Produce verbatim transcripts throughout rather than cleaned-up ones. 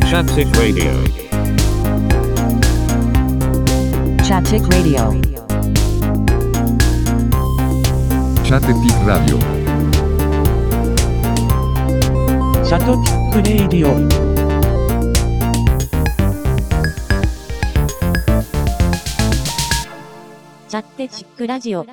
Chattic Radio. Chattic Radio. Chattic Radio. Chattic Radio. チャッテチックラジオ。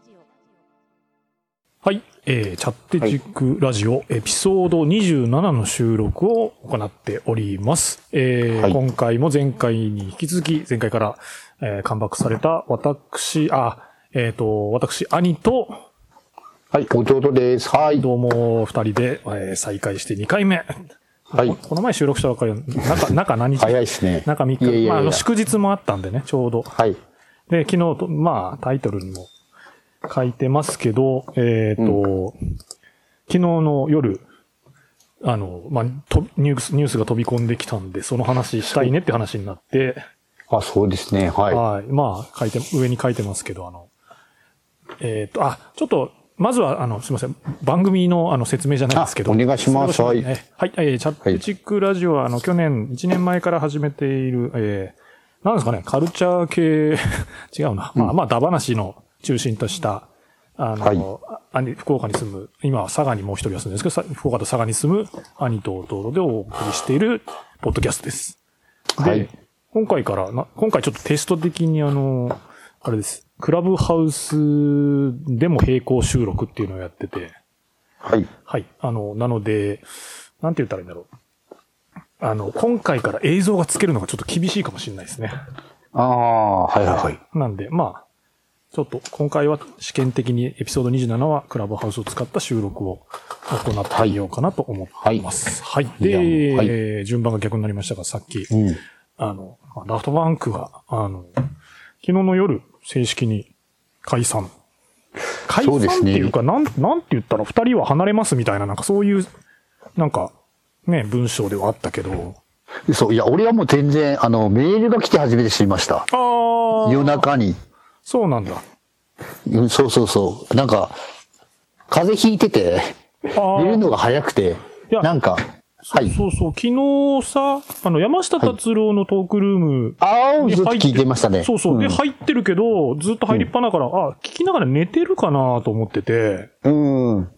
はい、えー、チャッテチックラジオエピソードにじゅうななの収録を行っております。えーはい、今回も前回に引き続き、前回から、えー、カムバックされた私、あ、えっ、ー、と、私、兄と、 はい、弟です。はい。 どうも、二人で、えー、再開してにかいめ。はい。こ, この前収録したばっかり、中、中何日早いですね。 中みっか。いやいやいやまあ、あの、祝日もあったんでね、ちょうど。 はい。 で、昨日と、まあ、タイトルにも書いてますけど、えっ、ー、と、うん、昨日の夜、あの、まあ、とニュース、ニュースが飛び込んできたんで、その話したいねって話になって。 あ、そうですね。はい。 はい。まあ、書いて、上に書いてますけど、あの、えっ、ー、と、あ、ちょっと、まずは、あの、すみません。番組の、あの、説明じゃないですけど。 お願いします。はい。 はい。はい、えー、チャットチックラジオは、あの、去年、いちねんまえから始めている、えー、なんですかね、カルチャー系、違うな。うん、まあ、まあ、ダ話の中心とした、あの、はい、福岡に住む、今は佐賀にもう一人は住んでるんですけど、福岡と佐賀に住む兄と弟でお送りしている、ポッドキャストです。で、はい、今回からな、今回ちょっとテスト的にあの、あれです。クラブハウスでも並行収録っていうのをやってて。 はい。 はい。あの、なので、なんて言ったらいいんだろう。あの、今回から映像がつけるのがちょっと厳しいかもしれないですね。 ああ、はいはいはい。 なんで、まあ、ちょっと今回は試験的にエピソードにじゅうななはクラブハウスを使った収録を行ってみようかなと思っています。はい。はい、で、はい、えー、順番が逆になりましたが、さっき、うん、あの、ダフトバンクが、あの、昨日の夜、正式に解散。解散っていうか、うね、なん、なんて言ったら二人は離れますみたいな、なんかそういう、なんか、ね、文章ではあったけど。 そう、いや、俺はもう全然、あの、メールが来て初めて知りました。ああ。夜中に。 そうなんだ。 うん、そうそうそう。なんか、風邪ひいてて、寝るのが早くて、なんか、 はい。そうそう。昨日さ、あの、山下達郎のトークルーム、 はい、ああ、ずっと聞いてましたね。 そうそう。うん、で、入ってるけど、ずっと入りっぱなから、うん、あ、聞きながら寝てるかなと思ってて。 うん。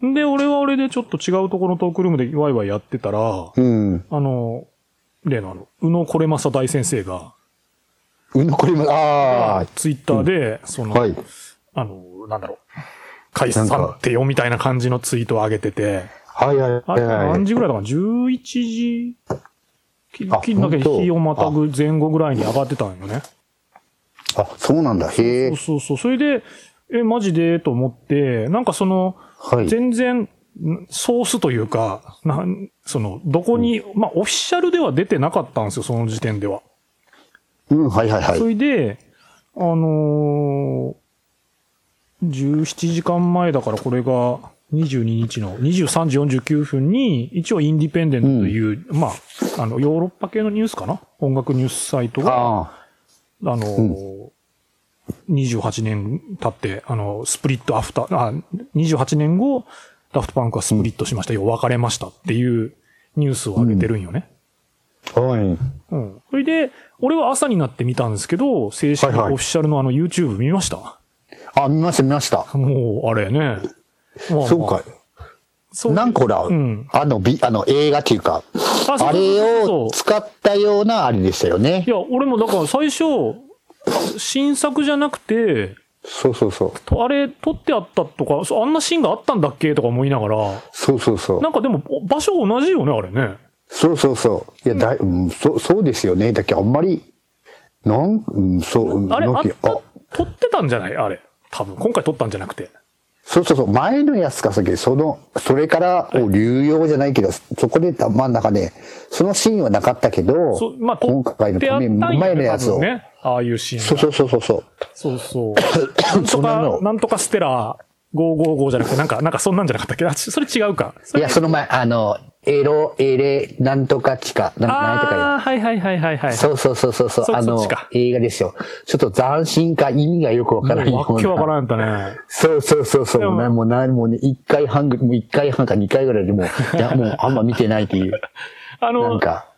で、俺は俺でちょっと違うところのトークルームでワイワイやってたら、 うん。 あの、例のあの、宇野これまさ大先生が、 宇野これまさ、ああ。 ツイッターで、うん、その、はい、あの、なんだろう、解散ってよみたいな感じのツイートを上げてて、 はいはいはい、はい。 あれ何時ぐらいだかな ?じゅういちじ、きだけ日をまたぐ前後ぐらいに上がってたんよね。 あ、そうなんだ。へえ。 そうそうそう。それで、え、マジでと思って、なんかその、はい、全然、ソースというか、なん、その、どこに、うん、まあ、オフィシャルでは出てなかったんですよ、その時点では。 うん、はいはいはい。 それで、あのー、じゅうななじかんまえだからこれが、にじゅうににちのにじゅうさんじよんじゅうきゅうふんに、一応インディペンデントという、うん、まあ、あの、ヨーロッパ系のニュースかな音楽ニュースサイトが、あ, あの、うん、にじゅうはちねん経って、あの、スプリットアフター、あ、にじゅうはちねんご、ダフトパンクはスプリットしましたよ、うん、別れましたっていうニュースを上げてるんよね。 うん、はい。 うん。それで、俺は朝になって見たんですけど、正式なオフィシャルのあの YouTube 見ました、はいはい、あ、見ました見ました。 もう、あれね。 まあ、そうか。そうなんかほら、うん、あの、び、あの、映画っていうか、あ, あれを使ったようなあれでしたよね。 いや、俺もだから最初、新作じゃなくて、 そうそうそう。 あれ、撮ってあったとか、あんなシーンがあったんだっけとか思いながら。 そうそうそう。 なんかでも、場所同じよね、あれね。 そうそうそう。いや、だい、うん、そ、そうですよね。だけどあんまり、なん、うん、そう、 あれ、ああ撮ってたんじゃないあれ。多分、今回撮ったんじゃなくて。 そうそうそう。前のやつかさけど、その、それからを流用じゃないけど、はい、そこで真ん中で、そのシーンはなかったけど、 そう、まあ、 今回のため、前のやつを。 ね。ああいうシーン。 そうそうそうそう。 そうそう。なんとか、なんとかステラーごーごーごーじゃなくて、なんか、なんかそんなんじゃなかったっけ？それ違うか。 いや、その前、あの、エロ、エレ、なんとかチカ、なん、なんとかああ、はいはいはいはいはい。 そうそうそうそう、あの、映画ですよ。ちょっと斬新か意味がよくわからない。 わけわからんやったね。 そうそうそうそう。もう、もう、なもうね、一回半、もう一回半か二回ぐらいでもう、いや、もうあんま見てないっていう。 あの、なんか、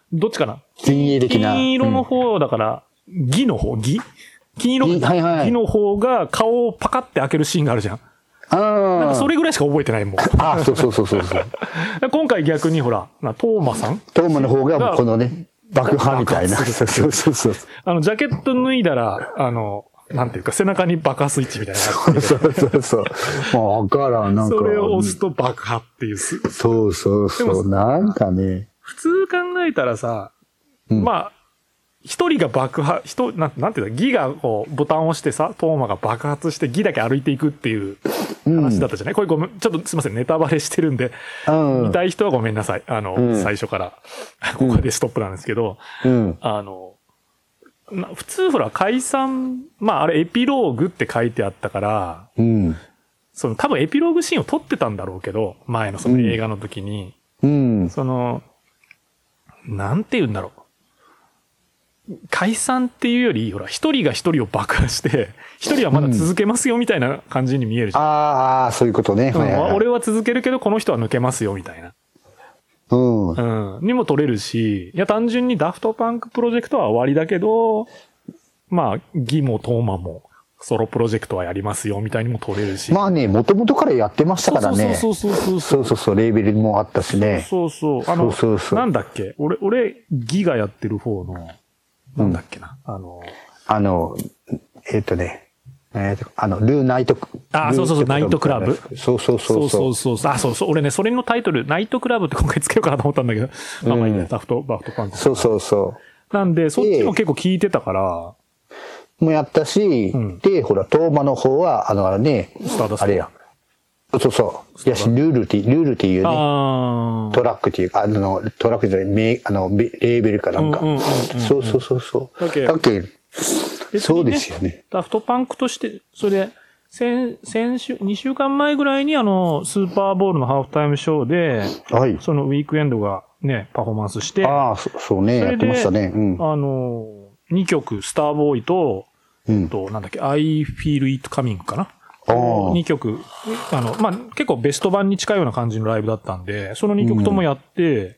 どっちかな前衛的な。 金色の方だから、義の方義金色、 義はいはい義の方が顔をパカって開けるシーンがあるじゃん。 あなんかそれぐらいしか覚えてないもん。 あ、そうそうそうそうそう。 今回逆にほら、なトーマさんトーマの方がもうこのね、爆破みたいな。そうそうそうそう。 あの、ジャケット脱いだら、あの、なんていうか、背中に爆破スイッチみたいなのがあって。 そうそうそう。まあ、わからん、なんか。 それを押すと爆破っていう。 そうそうそう。なんかね。 普通考えたらさ、うん、まあ、一人が爆破、人、なん、なんていうの、ギがこう、ボタンを押してさ、トーマが爆発してギだけ歩いていくっていう話だったじゃない、うん、これごめん、ちょっとすいません、ネタバレしてるんで、うん、見たい人はごめんなさい。あの、うん、最初から、ここでストップなんですけど、うん、あの、普通ほら、解散、まああれエピローグって書いてあったから、うん、その多分エピローグシーンを撮ってたんだろうけど、前のその映画の時に、うん、その、なんて言うんだろう。解散っていうより、ほら、一人が一人を爆破して、一人はまだ続けますよみたいな感じに見えるじゃん。うん、 ああ、そういうことね、はいはいはい。 俺は続けるけど、この人は抜けますよみたいな。うん。うん。にも取れるし、いや、単純にダフトパンクプロジェクトは終わりだけど、まあ、ギもトーマもソロプロジェクトはやりますよみたいにも取れるし。 まあね、もともとからやってましたからね。 そうそうそうそう。 そうそうそう、レーベルもあったしね。 そうそうそう。あの、そうそうそう、なんだっけ俺、俺、ギがやってる方の、なんだっけな、うん、あの、 あの、えっ、ー、とね、えー、あの、ルーナイト、 あ、そうそうそう、ナイトクラブ。 そうそうそう。 そうそうそう。あ、そうそう。俺ね、それのタイトル、ナイトクラブって今回つけようかなと思ったんだけど、まあまあいいね、ダフト、バフトパンク。 そうそうそう。 なんで、そっちも結構聞いてたから。 もやったし、うん、で、ほら、トーマの方は、あの、あれね、あれや。そうそう。いやし、ルールって、ルールっていうね、トラックっていうか、あの、トラックじゃない、あの、レーベルかなんか。そうそうそうそう。だけだけそうですよね。 ダフトパンクとして、それで、先、先週、にしゅうかんまえぐらいにあの、スーパーボールのハーフタイムショーで、はい。そのウィークエンドがね、パフォーマンスして。 ああ、そ, そうね、やってましたね。うん。 あの、にきょく、スターボーイと、うん、と、なんだっけ、I Feel It Coming かな。にきょく、あの、まあ、結構ベスト版に近いような感じのライブだったんで、そのにきょくともやって、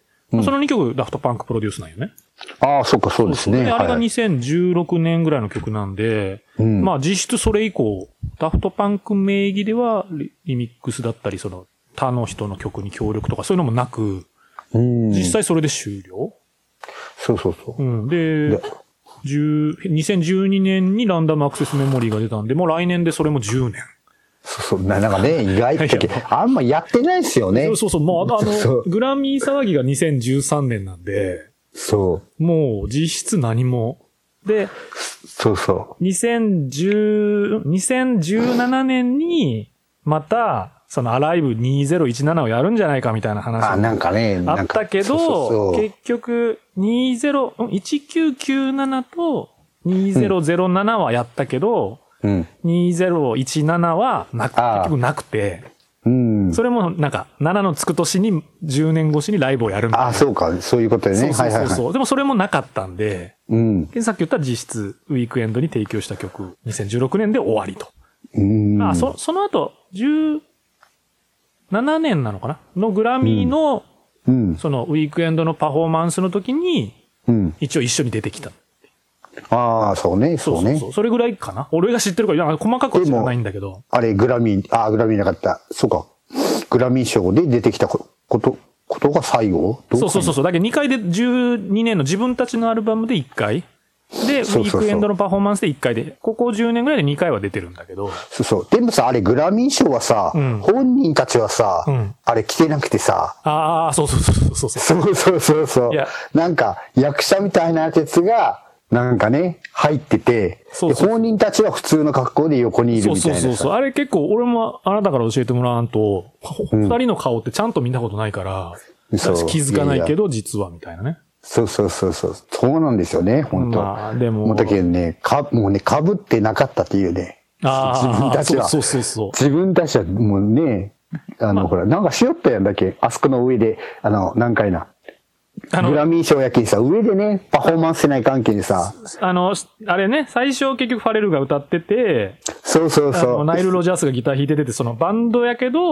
うん、そのにきょくダフトパンクプロデュースなんよね。 ああ、そっか、そうですね。 そうそうで、あれがにせんじゅうろくねんぐらいの曲なんで、うん、まあ実質それ以降、ダフトパンク名義ではリ、リミックスだったり、その他の人の曲に協力とかそういうのもなく、うん、実際それで終了。 そうそうそう。 うん、で、にせんじゅうにねんにランダムアクセスメモリーが出たんで、もう来年でそれもじゅうねん。 そうそう。なんかね、意外と、あんまやってないですよね。 そうそうそう。もうあの、グラミー騒ぎがにせんじゅうさんねんなんで、 そう。 もう実質何も。で、 そうそう。 にせんじゅう、にせんじゅうななねんに、また、そのアライブにせんじゅうななをやるんじゃないかみたいな話があなんかね、 あったけど、結局、にじゅう、いちきゅうきゅうななとにせんななはやったけど、うん、にせんじゅうななはなく、結局なくて、うん、それもなんか、ななのつく年にじゅうねん越しにライブをやるみたいな。 あ、そうか、そういうことでね。 そうそうそうそう、 はいはいはい。 でもそれもなかったんで、うん、さっき言った実質、ウィークエンドに提供した曲、にせんじゅうろくねんで終わりと。うんあそその後、じゅうななねんなのかなのグラミーの、うん、そのウィークエンドのパフォーマンスの時に、うん、一応一緒に出てきた。 ああ、そうね、そうね。そうそうそう。 それぐらいかな。俺が知ってるから、細かくは知らないんだけど。 あれ、グラミー、ああ、グラミーなかった。そうか。グラミー賞で出てきたこと、ことが最後そうそうそう。だけどにかいでじゅうにねんの自分たちのアルバムでいっかい。で、ウィークエンドのパフォーマンスでいっかいで、ここじゅうねんぐらいでにかいは出てるんだけど。 そうそう。でもさ、あれ、グラミー賞はさ、うん、本人たちはさ、うん、あれ来てなくてさ。 ああ、そうそうそうそうそう。 そうそうそうそう。なんか、役者みたいなやつが、なんかね、入ってて、そうそうそう本人たちは普通の格好で横にいるみたいな。 そうそうそう。あれ結構、俺もあなたから教えてもらわんと、二人の顔ってちゃんと見たことないから、うん、気づかないけど、実はみたいなね。 そうそうそうそう。そうなんですよね、本当まあ、でも。もうだけどね、か、もうね、被ってなかったっていうね。 ああ、 自分たちは。 そうそうそう。 自分たちはもうね、あの、まあ、ほら、なんかしよったやんだっけ。あそこの上で、あの、何回な。グラミー賞やけにさ、上でね、パフォーマンスせない関係にさ。 あの、あれね、最初結局ファレルが歌ってて、 そうそうそう。 ナイル・ロジャースがギター弾いててて、そのバンドやけど、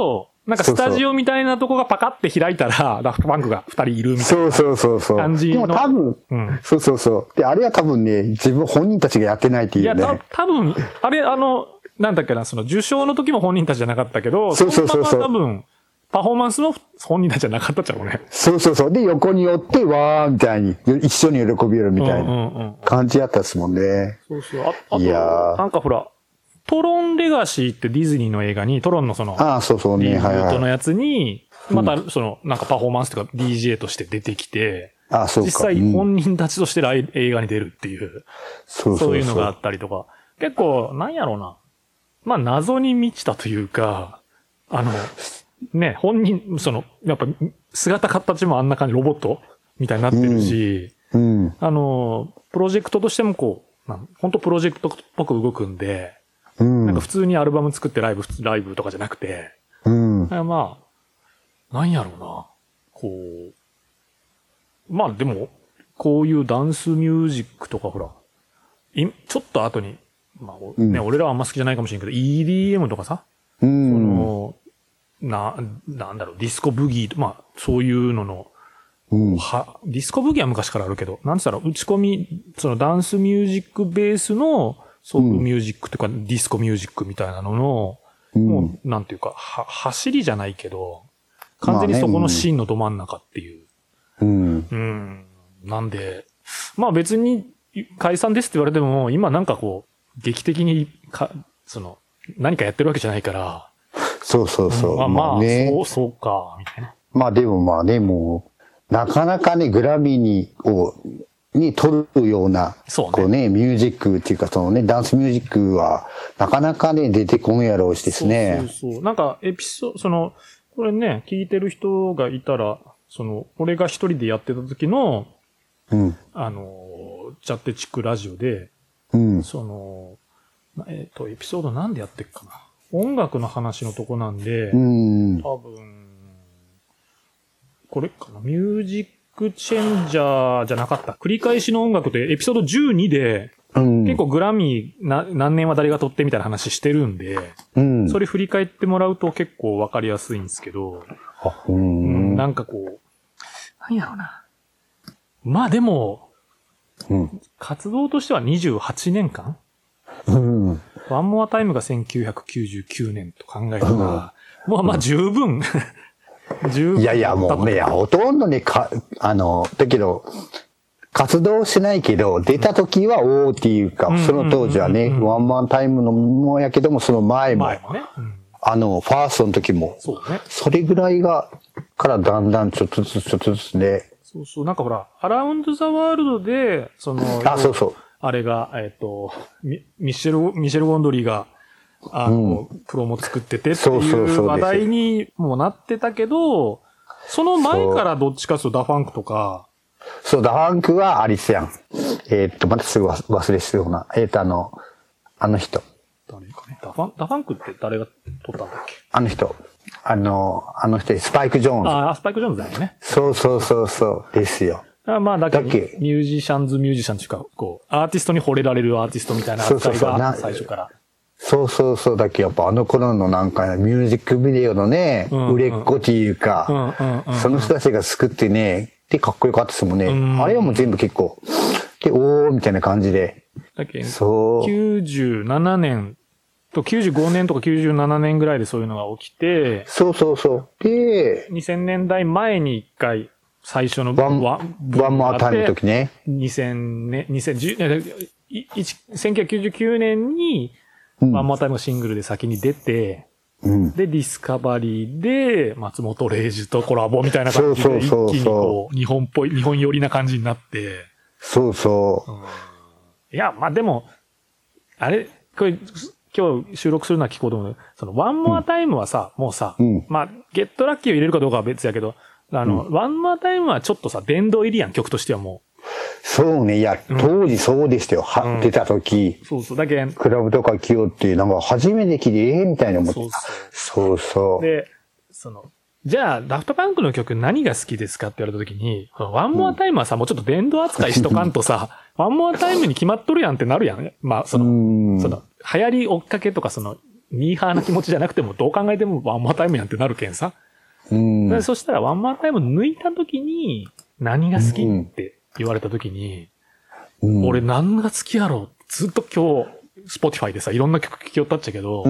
なんかスタジオみたいなとこがパカって開いたら、ダフトパンクがふたりいるみたいそうなそうそうそう。 感じの。 でも多分、 うん、 そうそうそう。で、あれは多分ね、自分本人たちがやってないっていうね。 いや、た多分あれ、あの、なんだっけな、その受賞の時も本人たちじゃなかったけど、 そうそうそうそう。 のまま多分、パフォーマンスも本人たちじゃなかったっちゃろうね。 そうそうそう。で、横に寄って、わーみたいに、一緒に喜びよるみたいな感じやったですもんね。 そうそう。あ、あと、 いやなんかほら、トロンレガシーってディズニーの映画に、トロンのその、 ああ、そうそうね、 リブはいはい。 ートのやつに、またその、なんかパフォーマンスとか ディージェー として出てきて、 ああ、そうか。 実際本人たちとしてライ映画に出るっていう、 そうそうそう。 そういうのがあったりとか、結構、なんやろうな。まあ、謎に満ちたというか、あの、ね、本人、その、やっぱ、姿形もあんな感じ、ロボットみたいになってるし、 うんうん、 あの、プロジェクトとしてもこう、本当プロジェクトっぽく動くんで、うん、なんか普通にアルバム作ってライブ、ライブとかじゃなくて、うん、まあ、なんやろうな、こう、まあでも、こういうダンスミュージックとかほら、いちょっと後に、まあね、うん、俺らはあんま好きじゃないかもしれんけど、イーディーエム とかさ、うん、その、な、なんだろう、ディスコブギーと、まあ、そういうのの、うん、は、ディスコブギーは昔からあるけど、なんつったら、打ち込み、そのダンスミュージックベースの、ソウルミュージックとか、うん、ディスコミュージックみたいなのの、うん、もう、なんていうか、は、走りじゃないけど、完全にそこのシーンのど真ん中っていう。うん。うん。なんで、まあ別に解散ですって言われても、今なんかこう、劇的にか、その、何かやってるわけじゃないから。 そうそうそう。 うん、まあまあ、まあね、そう、そうか、みたいな。 まあでもまあね、もう、なかなかね、グラミーに、を、に取るような、そうね、こうね、ミュージックっていうか、そのね、ダンスミュージックは、なかなかね、出てこんやろうしですね。 そうそうそう。なんか、エピソード、その、これね、聞いてる人がいたら、その、俺が一人でやってた時の、うん、あの、チャッテチックラジオで、うん、その、えっと、エピソードなんでやってっかな。音楽の話のとこなんで、うん、多分、これかな。ミュージックチェンジャーじゃなかった。繰り返しの音楽でエピソードじゅうにで、うん、結構グラミーな何年は誰が撮ってみたいな話してるんで、うん、それ振り返ってもらうと結構わかりやすいんですけど、うん、なんかこう、何やろうな。まあでも、うん、活動としてはにじゅうはちねんかん、うん、ワンモアタイムがせんきゅうひゃくきゅうじゅうきゅうねんと考えたら、うん、まあまあ十分、十分。 いやいやもうね、ほとんどね、か、あの、だけど、活動しないけど、出た時はおーっていうか、うん、その当時はね、うんうんうん、ワンマンタイムのもやけども、その前も、前もね、うん、あの、ファーストの時も、そうね。それぐらいが、からだんだんちょっとずつちょっとずつね。 そうそう、なんかほら、アラウンドザワールドで、その、 あ、そうそう。 あれが、えっと、ミ, ミシェル、ミシェル・ゴンドリーが、あの、うん、プロも作っててっていう話題にもなってたけど、その前からどっちかというとダファンクとか、 そう、ダファンクはアリスやん。えー、っと、またすぐ忘れしそうな。えー、っと、あの、あの人。 誰かね。ダファン、ダファンクって誰が撮ったんだっけ？ あの人。あの、あの人、スパイク・ジョーンズ。 ああ、スパイク・ジョーンズだよね。 そうそうそうそう。ですよ。 あまあ、だけど、ミュージシャンズ・ミュージシャンというか、こう、アーティストに惚れられるアーティストみたいな扱いが最初から。 そうそうそう。だけどやっぱあの頃のなんかミュージックビデオのね、うんうん、売れっ子っていうか、うんうんうんうん、その人たちが作ってね、で、かっこよかったですもんね。うん、あれはもう全部結構、で、おーみたいな感じで。 だけそう。きゅうじゅうななねんときゅうじゅうごねんとかきゅうじゅうななねんぐらいでそういうのが起きて、 そうそうそう。で、 にせんねんだい前に一回、最初のワン、ワンモアタイムの時ね。 にせんねん、にせんじゅう、せんきゅうひゃくきゅうじゅうきゅうねんに、ワンモアタイムのシングルで先に出て、うん、で、ディスカバリーで、松本零士とコラボみたいな感じで、一気にこう、日本っぽい、日本寄りな感じになって。 そうそう。うん、 いや、まあでも、あれ、これ、今日収録するのは聞こうと思う。その、ワンモアタイムはさ、うん、もうさ、うん、まあ、ゲットラッキーを入れるかどうかは別やけど、あの、うん、ワンモアタイムはちょっとさ、殿堂入りやん、曲としてはもう。 そうね。いや、当時そうでしたよ。は、うん、出た時。 そうそう。だけクラブとか来ようって、なんか初めて聞いて、ええー、みたいな思って。そうそう。そうそう。 で、その、じゃあ、ダフトパンクの曲何が好きですかって言われた時に、ワンモアタイムはさ、うん、もうちょっと殿堂扱いしとかんとさ、ワンモアタイムに決まっとるやんってなるやん。まあ、その、その、流行り追っかけとか、その、 ミーハーな気持ちじゃなくても、どう考えてもワンマータイムやんってなるけんさ。 うん。 でそしたらワンマータイム抜いた時に、何が好きって言われた時に、うん、俺何が好きやろずっと今日、Spotify でさ、いろんな曲聴きよったっちゃけど、 うん。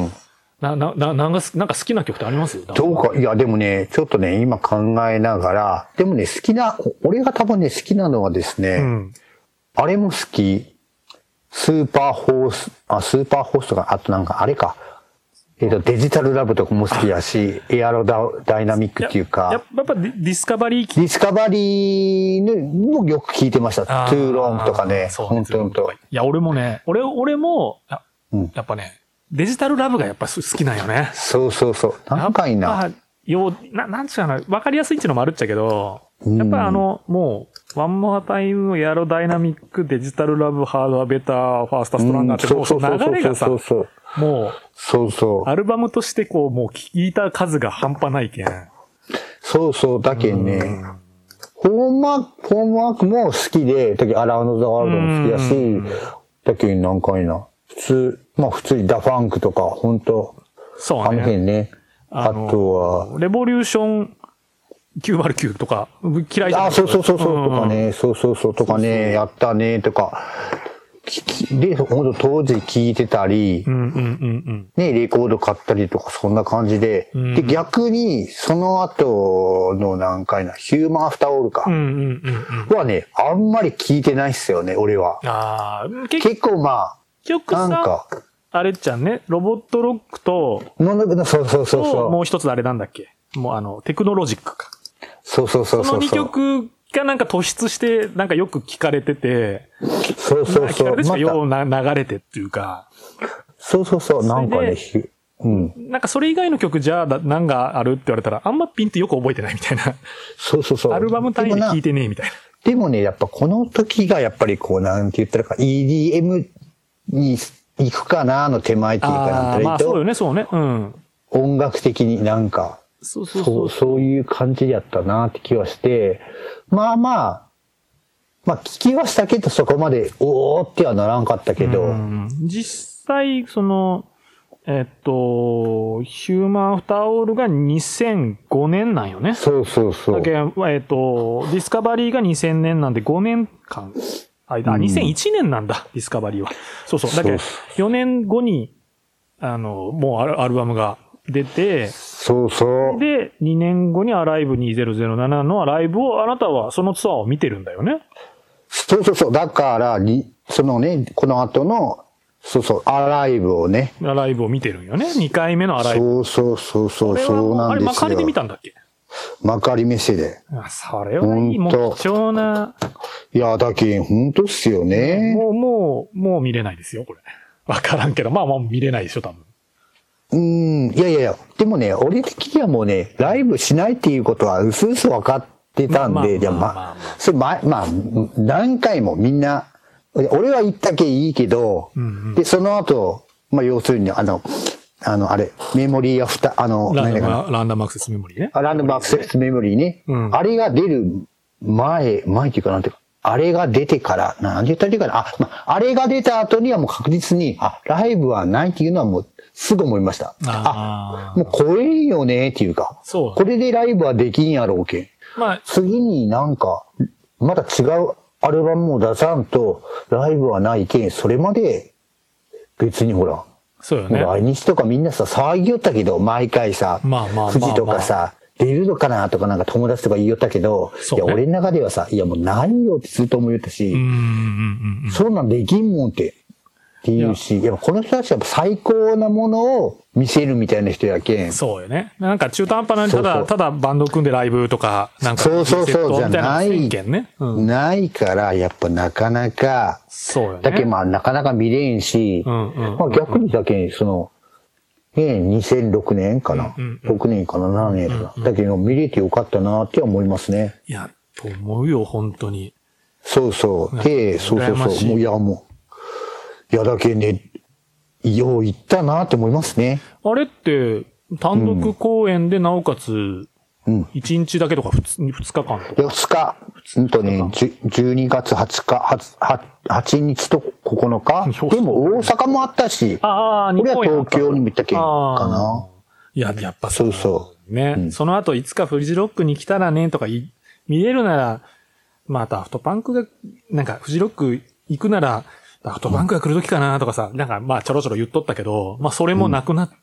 な、な、な、なんか、なんか好きな曲ってありますどうか、いや、でもね、ちょっとね、今考えながら、でもね、好きな、俺が多分ね、好きなのはですね、うん、あれも好き、スーパーホース、あ、スーパーホースとか、あとなんか、あれか、えっと、デジタルラブとかも好きやし、エアロダダイナミックっていうか、 ややっぱディスカバリーディスカバリーもよく聞いてました。トゥーロンとかね、本当本当。 いや、俺もね、俺、俺も、や, うん、やっぱね、デジタルラブがやっぱ好きなんよね。 そうそうそう。なんかいいな。 よう、な、なんちゅうかな、わかりやすいっていうのもあるっちゃけど、やっぱりあの、もう、ワンモアタイム、エアロダイナミック、デジタルラブ、ハードはベター、ファーストストランガーって、もうその流れがさ、もう、 そうそう。 アルバムとしてこう、もう聞いた数が半端ないけん。 そうそう、だけんね、ホームワーク、ホームワークも好きで、だけアラウンドザワールドも好きだし、だけんなんかいいな。普通、まあ普通にダファンクとか、本当そうね。 あの辺ね。あ, あとは、 レボリューションきゅうまるきゅうとか、嫌いじゃないあ、そうそうそうそう、とかね、そうそうそう、とかね、やったね、とか。で、本当当時聞いてたり、 うんうんうんうん、 ね、レコード買ったりとか、そんな感じで。うん、で、逆に、その後の何回な、ヒューマンアフターオールか。 うんうんうんうん、 はね、あんまり聞いてないっすよね、俺は。 あ結構まあ、なんか、 あれっちゃんね、ロボットロックと、 そうそうそうそう。 もう一つあれなんだっけ、もうあの、テクノロジックか。 そうそうそうそう。 そのにきょくがなんか突出して、なんかよく聞かれてて、 そうそうそう。 聞かれてしかような流れてっていうか。 そうそうそう、なんかね、うん。 なんかそれ以外の曲じゃあ何があるって言われたら、あんまピンってよく覚えてないみたいな。 そうそうそう。 アルバム単位で聞いてねえみたいな。 でもね、やっぱこの時がやっぱりこう、なんて言ったらか、イーディーエム に行くかなの手前っていうかなんてまあそうよね、そうね。うん。 音楽的になんか、 そうそうそう。 そう、そういう感じやったなって気はして、まあまあ、まあ聞きはしたけどそこまで、おーってはならんかったけど。うん、 実際、その、えっと、ヒューマンアフターオールがにせんごねんなんよね。 そうそうそう。 だけど、えっと、ディスカバリーがにせんねんなんでごねんかん。あ、にせんいちねんなんだ、ディスカバリーは。そうそう。だけど、よねんごに、あの、もうアルバムが出て、 そうそう。 で、にねんごにアライブにせんななのアライブを、あなたはそのツアーを見てるんだよね。 そうそうそう。だから、そのね、この後の、そうそう、アライブをね。 アライブを見てるんよね。にかいめのアライブ。 そうそうそうそう、そうなんですよ。 あれ、幕張で見たんだっけ？ 幕張メッセで。 あ、それはいい、もう貴重な。 いや、だけん、ほんとっすよね。 もう、もう、もう見れないですよ、これ。わからんけど、まあまあ見れないでしょ、多分。 うーん、いやいやいや、でもね、俺的にはもうね、ライブしないっていうことは、うすうす分かってたんで、いや、まあ、それ、ま、まあ、何回もみんな、俺は言ったけいいけど、うんうん、で、その後、まあ、要するに、あの、あの、あれ、メモリーアフター、あの、 ランダム、ランダムアクセスメモリーね。 ランダムアクセスメモリーね。うん、あれが出る前、前っていうかなんていうか、あれが出てから、なんて言ったらいいかな。あ、まあ、あれが出た後にはもう確実に、あ、ライブはないっていうのはもうすぐ思いました。あ, あもうこれいいよねっていうか、そう。これでライブはできんやろうけん。まあ、次になんか、また違うアルバムを出さんと、ライブはないけん、それまで別にほら、 そうよね。 来日とかみんなさ、騒ぎよったけど、毎回さ、まあまあまあまあ、富士とかさ、出るのかなとかなんか友達とか言いよったけど、ね、いや、俺の中ではさ、いやもうないよってずっと思いよったし、うんうんうんうん、そんなんできんもんって、っていうし、いやこの人たちは最高なものを見せるみたいな人やけん。 そうよね。なんか中途半端な、ただ、そうそうただバンド組んでライブとか、なんか、 そうそうそう、じゃない、 ねうん、 ないから、やっぱなかなか、 そうよね。 だけまあなかなか見れんし、うんうんうんうん、まあ逆にだけ、その、ね、にせんろくねんかな、うんうんうん、ろくねんかなななねんかな、うんうん、だけど見れてよかったなって思いますね。 いや、と思うよ、本当に。 そうそう。で、そうそうそう。もういや、もう、いやだけね、よう言ったなって思いますね。 あれって、単独公演でなおかつ、うん、いちにちだけとかふつかかんとか。 よっか。うんとね、じゅうにがつはつか、はちにちとここのかでも大阪もあったし、 ああ、日俺は本や東京にも行ったけんかな。 いや、やっぱそうそうね、 うんその後いつかフジロックに来たらね、とかい見れるなら、まあ、ダフトパンクが、なんか、フジロック行くなら、ダフトパンクが来る時かなとかさ、なんか、まあ、ちょろちょろ言っとったけど、まあ、それもなくなって、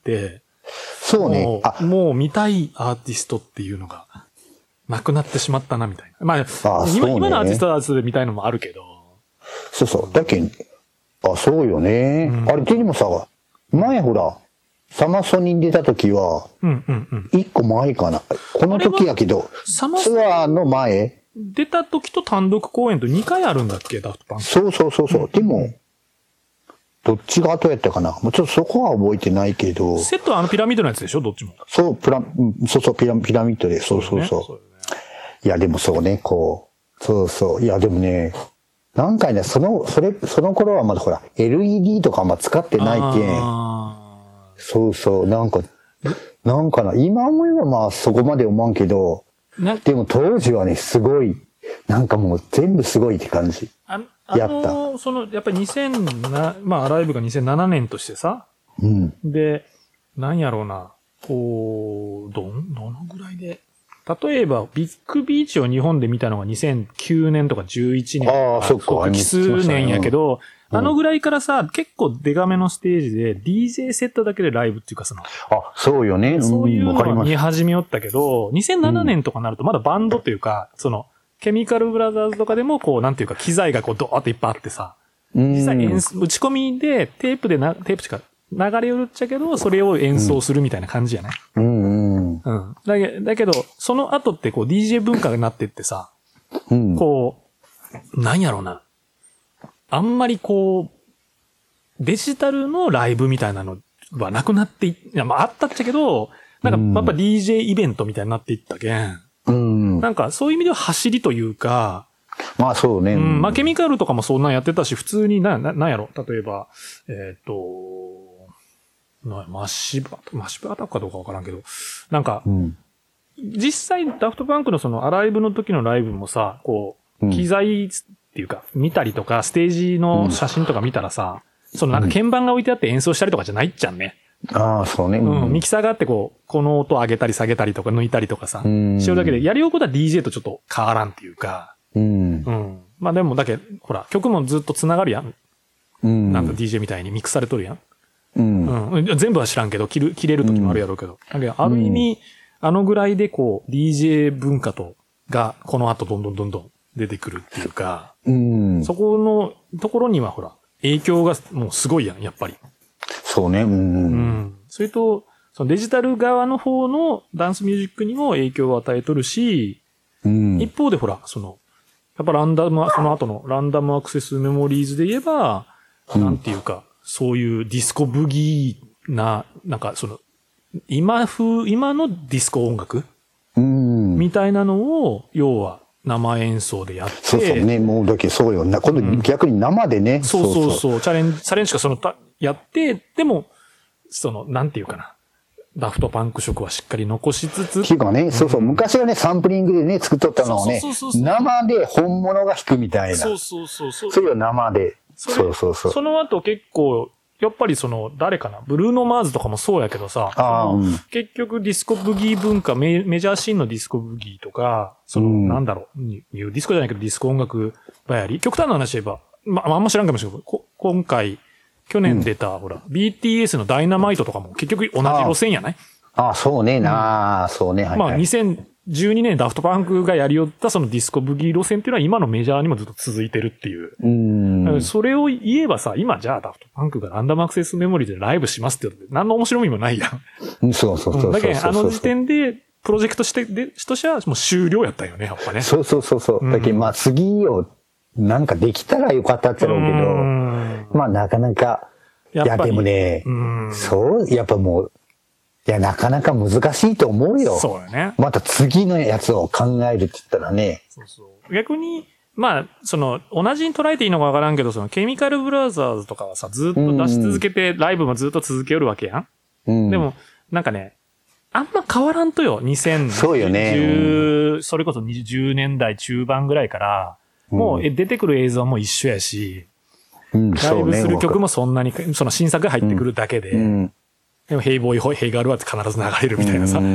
そうね。 もあう、もう見たいアーティストっていうのが、なくなってしまったな、みたいな。まあ、 あそう今ね今のアーティストはで見たいのもあるけど。 そうそう。だけん、あ、そうよね。 うんあれ、でもさ、前ほら、サマソニに出た時は、 うんうんうん。 一個前かな。この時やけど、 サマツアーの前出た時と単独公演とにかいあるんだっけ、ダフトパンク。 そうそうそうそう。でも、どっちが後やったかな。もうちょっとそこは覚えてないけど、 セットはあのピラミッドのやつでしょ、どっちも。 そう、プラ、うんそうそう、ピラピラミッドで、そうそうそう。 そうよねいや、でもそうね、こう、そうそう。いや、でもね、なんかね、その、それ、その頃はまだほら、エルイーディー とかあんま使ってないけん、 あそうそう、なんか、なんかな、今思えばまあそこまで思わんけど、 ーなでも当時はね、すごい、なんかもう全部すごいって感じ。 ああやったの、その、やっぱりにせんな、まあ、ライブがにせんななねんとしてさ、 うん。 で、なんやろうな、こう、どん、どのぐらいで、例えば、ビッグビーチを日本で見たのがにせんきゅうねんとかじゅういちねんとか。 ああそっかそう奇数年やけど、 うんあのぐらいからさ、結構デカめのステージで ディージェー セットだけでライブっていうかその、 あ、そうよね。 そういうのは見わかります。 始めよったけど、にせんななねんとかになるとまだバンドというか、その、ケミカルブラザーズとかでもこう、なんていうか機材がこうドーっていっぱいあってさ、 うん実際演奏打ち込みでテープでな、テープしか流れ寄るっちゃけど、それを演奏するみたいな感じやね。 うんうん。 うん。だけだけど、その後ってこう ディージェー 文化になってってさ、 うん。 こう、なんやろうな。あんまりこう、デジタルのライブみたいなのはなくなってい、いや、まああったっちゃけど、なんかやっぱ ディージェー イベントみたいになっていったけん、 うん。 なんかそういう意味では走りというか、 まあそうね。 うん、まあケミカルとかもそんなんやってたし、普通にな、な、なんやろ、例えば、えっ、と、なマッシブ、マッシブアタックかどうかわからんけど、なんか、 うん。 実際ダフトパンクのそのアライブの時のライブもさ、こう、 うん機材っていうか、見たりとか、ステージの写真とか見たらさ、そのなんか鍵盤が置いてあって演奏したりとかじゃないっちゃんね。 ああ、そうね。 うん、ミキサーがあってこう、この音上げたり下げたりとか抜いたりとかさ、 うんしようだけで、やりようことは ディージェー とちょっと変わらんっていうか、 うんう。ん。まあでもだけ、ほら、曲もずっと繋がるやん。 うん。 なんか ディージェー みたいにミックスされとるやん。 うん。 うん。全部は知らんけど、切る、切れる時もあるやろうけど。だけど、ある意味、あのぐらいでこう、ディージェー 文化と、が、この後どんどんどんどん出てくるっていうか、 うん。 そこのところにはほら、影響がもうすごいやん、やっぱり。 そうね。う。 うんん。それと、そのデジタル側の方のダンスミュージックにも影響を与えとるし、 うん。 一方でほら、その、やっぱランダム、その後のランダムアクセスメモリーズで言えば、 うんなんていうか、そういうディスコブギーな、なんかその、今風、今のディスコ音楽うん。 みたいなのを、要は生演奏でやって、 そうそうね。もうだけそうよな。今度逆に生でね。 そうそうそう、チャレンジ、チャレンジかそのた、やって、でも、その、なんていうかな、ダフトパンク色はしっかり残しつつ、 っていうかね、そうそう、昔はね、サンプリングでね、作っとったのをねそうそうそうそう、 生で本物が弾くみたいな。 そうそうそうそう。 それを生で。 それそうそうそう。 その後結構、やっぱりその、誰かな、ブルーノ・マーズとかもそうやけどさ、 ああそのうん結局ディスコブギー文化メ、メジャーシーンのディスコブギーとか、その、 うんなんだろう、ニューディスコじゃないけどディスコ音楽ばやり、極端な話で言えば、ま、あんま知らんかもしれないけど、こ今回、去年出た、ほら、ビーティーエス のダイナマイトとかも結局同じ路線やないああ、そうね、なあ、そうね、はい、 まあ、 はい。 にせんじゅうにねんダフトパンクがやりよったそのディスコブギー路線っていうのは今のメジャーにもずっと続いてるっていう。 うん。 それを言えばさ、今じゃあダフトパンクがランダムアクセスメモリーでライブしますって言うと何の面白みもないやん。 うんそうそうそうそう。 だけど、あの時点で、プロジェクトして、で、としてはもう終了やったよね、やっぱね。 そうそうそうそう。だけど、まあ次を、なんかできたらよかったってろうけど、まあなかなか、いややっぱりでもね、 うんそう、やっぱもう、いや、なかなか難しいと思うよ。 そうよね。 また次のやつを考えるって言ったらね。 そうそう逆に、まあ、その、同じに捉えていいのかわからんけど、その、ケミカルブラザーズとかはさ、ずっと出し続けて、ライブもずっと続けよるわけやん。 うん。 でも、なんかね、あんま変わらんとよ、にせんじゅう、 そうよねそれこそにじゅうねんだい中盤ぐらいから、もうえ出てくる映像も一緒やし、 うん、 ライブする曲もそんなに、その新作が入ってくるだけで、 うん、 でもヘイボーイ、ヘイガールは必ず流れるみたいなさ。うん。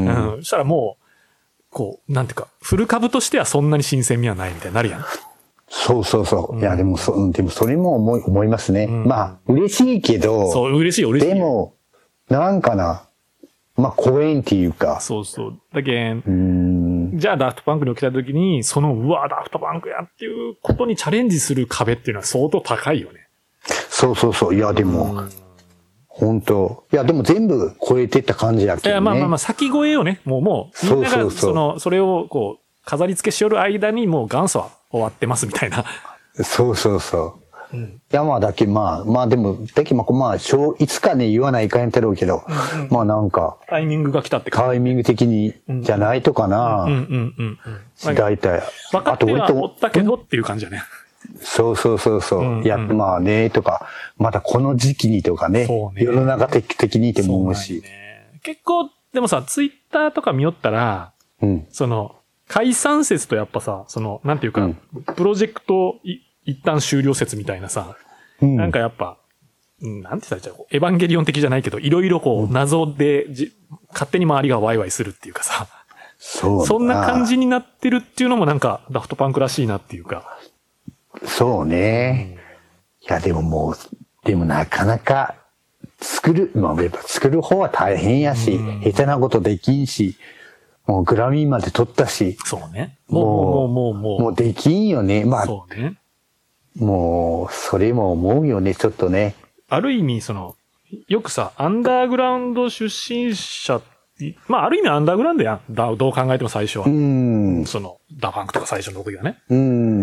うん、そしたらもう、こう、なんていうか、フル株としてはそんなに新鮮味はないみたいになるやん。 そうそうそう。うん、いや、でもそ、でもそれも思い、思いますね。うん、まあ、嬉しいけど。 そう、嬉しい、嬉しい。 でも、なんかな、まあ、公演っていうか。 そうそう。だけん、じゃあダフトパンクに起きた時に、その、うわ、ダフトパンクやっていうことにチャレンジする壁っていうのは相当高いよね。 そうそうそう。いや、でも、うん、本当いや、でも全部超えてった感じやけどね。いや、 まあまあまあ、先越えよね。もう、もう、みんなが、その、それを、こう、飾り付けしよる間にもう元祖は終わってますみたいな。 そうそうそう。うん、いや、まあ、だけ、まあ、まあでも、だけ、まあ、まあ、いつかね、言わないかんやったろうけど、うんうん、まあなんか。 タイミングが来たって感じ。 タイミング的に、じゃないとかな。 うんうんうんうん。 大体。 分かってはおったけどっていう感じだね。 そうそうそうそう。うんうん、いや、まあね、とか、またこの時期にとかね。そうね。世の中的にって思うし。そうね、 結構、でもさ、ツイッターとか見よったら、うん、その、解散説とやっぱさ、その、なんていうか、うん、プロジェクト一旦終了説みたいなさ、うん、なんかやっぱ、うん、なんて言ったらいいんエヴァンゲリオン的じゃないけど、いろいろこう、謎でじ、勝手に周りがワイワイするっていうかさ、 そうそんな感じになってるっていうのもなんか、ダフトパンクらしいなっていうか。 そうね。うん、いや、でももう、でもなかなか、作る、まあ、やっぱ作る方は大変やし、うん、下手なことできんし、もうグラミーまで取ったし。 そうね。もう、もう、もう、もう。 もうできんよね。まあ。 そうね。 もう、それも思うよね、ちょっとね。 ある意味、その、よくさ、アンダーグラウンド出身者、まあ、ある意味アンダーグラウンドやん。どう考えても最初は。うん。その、ダファンクとか最初の時はね。うん。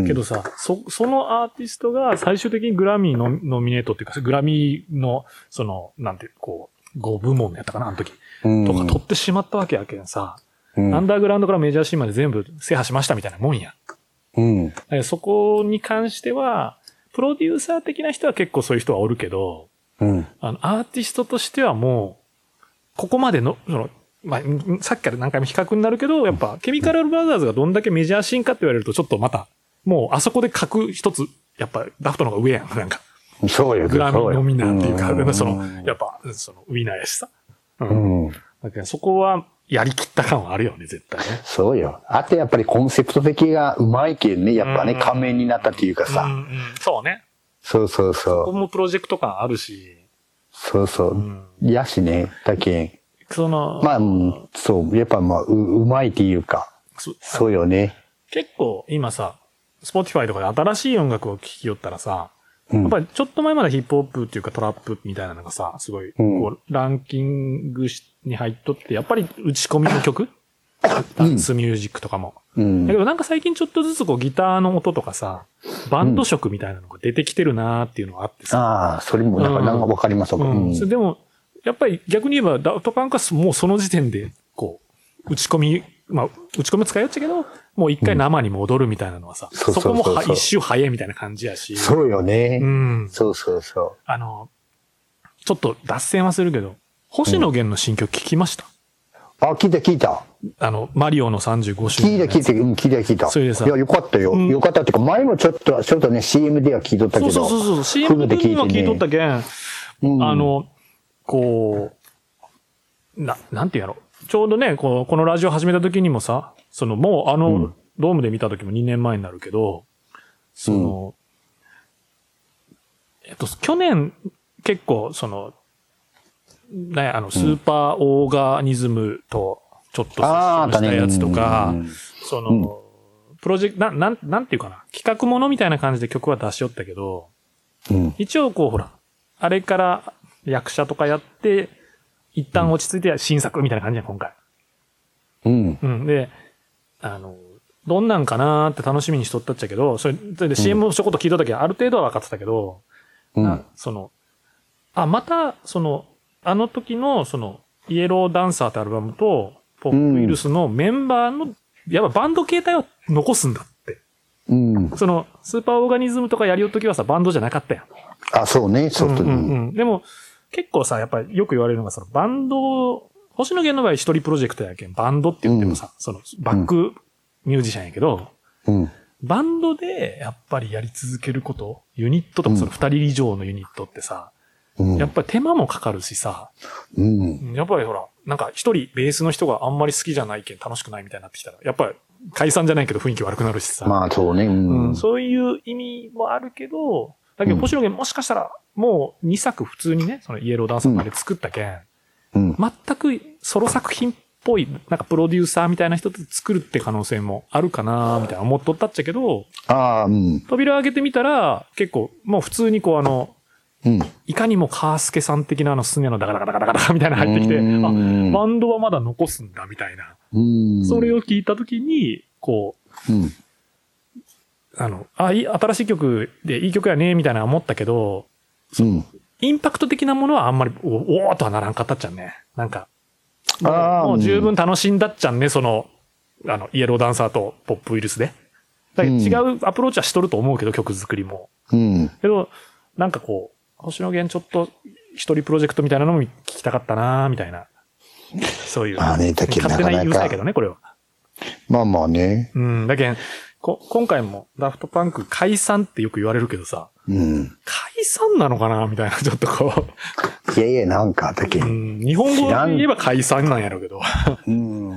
けどさ、そ、そのアーティストが最終的にグラミーのノミネートっていうか、グラミーの、その、なんていう、こう、ご部門やったかな、あの時。うん。とか取ってしまったわけやけんさ。うん、アンダーグラウンドからメジャーシーンまで全部制覇しましたみたいなもんや。うん。だからそこに関しては、プロデューサー的な人は結構そういう人はおるけど、うん。あの、アーティストとしてはもう、ここまでの、その、まあ、さっきから何回も比較になるけど、やっぱ、ケミカルブラザーズがどんだけメジャーシーンかって言われると、ちょっとまた、もうあそこで格一つ、やっぱ、ダフトの方が上やん、なんか。 そうよ、 グラミーノミナーっていうか、うん、その、やっぱ、その、ウィナーやしさ。うん。うん、だからそこは、やりきった感はあるよね、絶対ね。 そうよ。あとやっぱりコンセプト的がうまいけんね、やっぱね、うん、仮面になったっていうかさ。うんうん、 そうね。 そうそうそう。 ここもプロジェクト感あるし。 そうそう。うん、やしね、だけん。 その、 まあ、そう、やっぱまあ、う、うまいっていうか。そ, そうよね。 結構今さ、Spotify とかで新しい音楽を聴きよったらさ、やっぱりちょっと前までヒップホップっていうかトラップみたいなのがさ、すごい、こう、ランキングに入っとって、やっぱり打ち込みの曲ダンスミュージックとかも。うん、だけどなんか最近ちょっとずつこうギターの音とかさ、バンド色みたいなのが出てきてるなーっていうのがあってさ。 ああ、それもなんか、なんかわかりますわ、 うんうん、でも、やっぱり逆に言えばダフトパンクはもうその時点で、こう、打ち込み、まあ、打ち込み使いよっちゃけど、もう一回生に戻るみたいなのはさ、うん、そこもは一周早いみたいな感じやし。 そうよね。うん。そうそうそう。 あの、ちょっと脱線はするけど、星野源の新曲聞きました、 うん、あ、聞いた聞いた。 あの、マリオのさんじゅうごしゅうねん。 聞いた聞いた、うん、聞いた聞いた。 それでさ。 いや、よかったよ。うん、よかったっていうか、前もちょっと、ちょっとね、シーエム では聞いとったけど。 そうそうそうそう。シーエム で聞いとったけん、うん、あの、こう、な、なんていうやろ。ちょうどね、この、このラジオ始めた時にもさ、その、もうあの、うん、ドームで見た時もにねんまえになるけど、その、うん、えっと、去年、結構、その、ね、あの、スーパーオーガニズムと、ちょっとしたやつとか、ね、その、うん、プロジェクト、な、なん、なんていうかな、企画ものみたいな感じで曲は出しよったけど、うん、一応こう、ほら、あれから役者とかやって、一旦落ち着いて新作みたいな感じやん、今回。うん。うん。で、あの、どんなんかなーって楽しみにしとったっちゃけど、それ、それで シーエム をちょこっと聞いとったけど、ある程度は分かってたけど、うん。その、あ、また、その、あの時の、その、イエローダンサーってアルバムと、ポップウイルスのメンバーの、やっぱバンド形態を残すんだって。うん。その、スーパーオーガニズムとかやりよっときはさ、バンドじゃなかったやん。 あ、そうね、ちょっと、うんうんうん。でも、結構さ、やっぱりよく言われるのが、そのバンド、星野源の場合一人プロジェクトやけん、バンドって言ってもさ、うん、そのバックミュージシャンやけど、うん、 バンドでやっぱりやり続けること、ユニットとかその二人以上のユニットってさ、うん、やっぱり手間もかかるしさ、うん、やっぱりほら、なんか一人ベースの人があんまり好きじゃないけん楽しくないみたいになってきたら、やっぱり解散じゃないけど雰囲気悪くなるしさ。 まあそうね、うんうん。そういう意味もあるけど、だけど星野源もしかしたらもうにさく普通にね、そのイエローダンサーまで作ったけん、うん、全くソロ作品っぽい、なんかプロデューサーみたいな人と作るって可能性もあるかなみたいな思っとったっちゃけど、 あうん、 扉を開けてみたら、結構もう普通にこうあの、うん、いかにもカースケさん的なあのすねのダカダカダカダカダカみたいなの入ってきて、あ、バンドはまだ残すんだみたいな。それを聞いたときに、こう、うん、あの、あ、いい、新しい曲でいい曲やね、みたいな思ったけど、うん、インパクト的なものはあんまり、お、おーとはならんかったっちゃんね。なんか、もう、もう十分楽しんだっちゃんね、その、あの、イエローダンサーとポップウイルスで。だけど違うアプローチはしとると思うけど、曲作りも。うん、けど、なんかこう、星野源ちょっと一人プロジェクトみたいなのも聞きたかったなみたいな。そういう。 まあね、だけど勝手な言うたやけどね、これは。 まあまあね。 うん、だけど、こ、今回もダフトパンク解散ってよく言われるけどさ。うん。解散なのかなみたいな、ちょっとこう。いやいや、なんか、だけ、 うん。日本語で言えば解散なんやろうけど。 うん、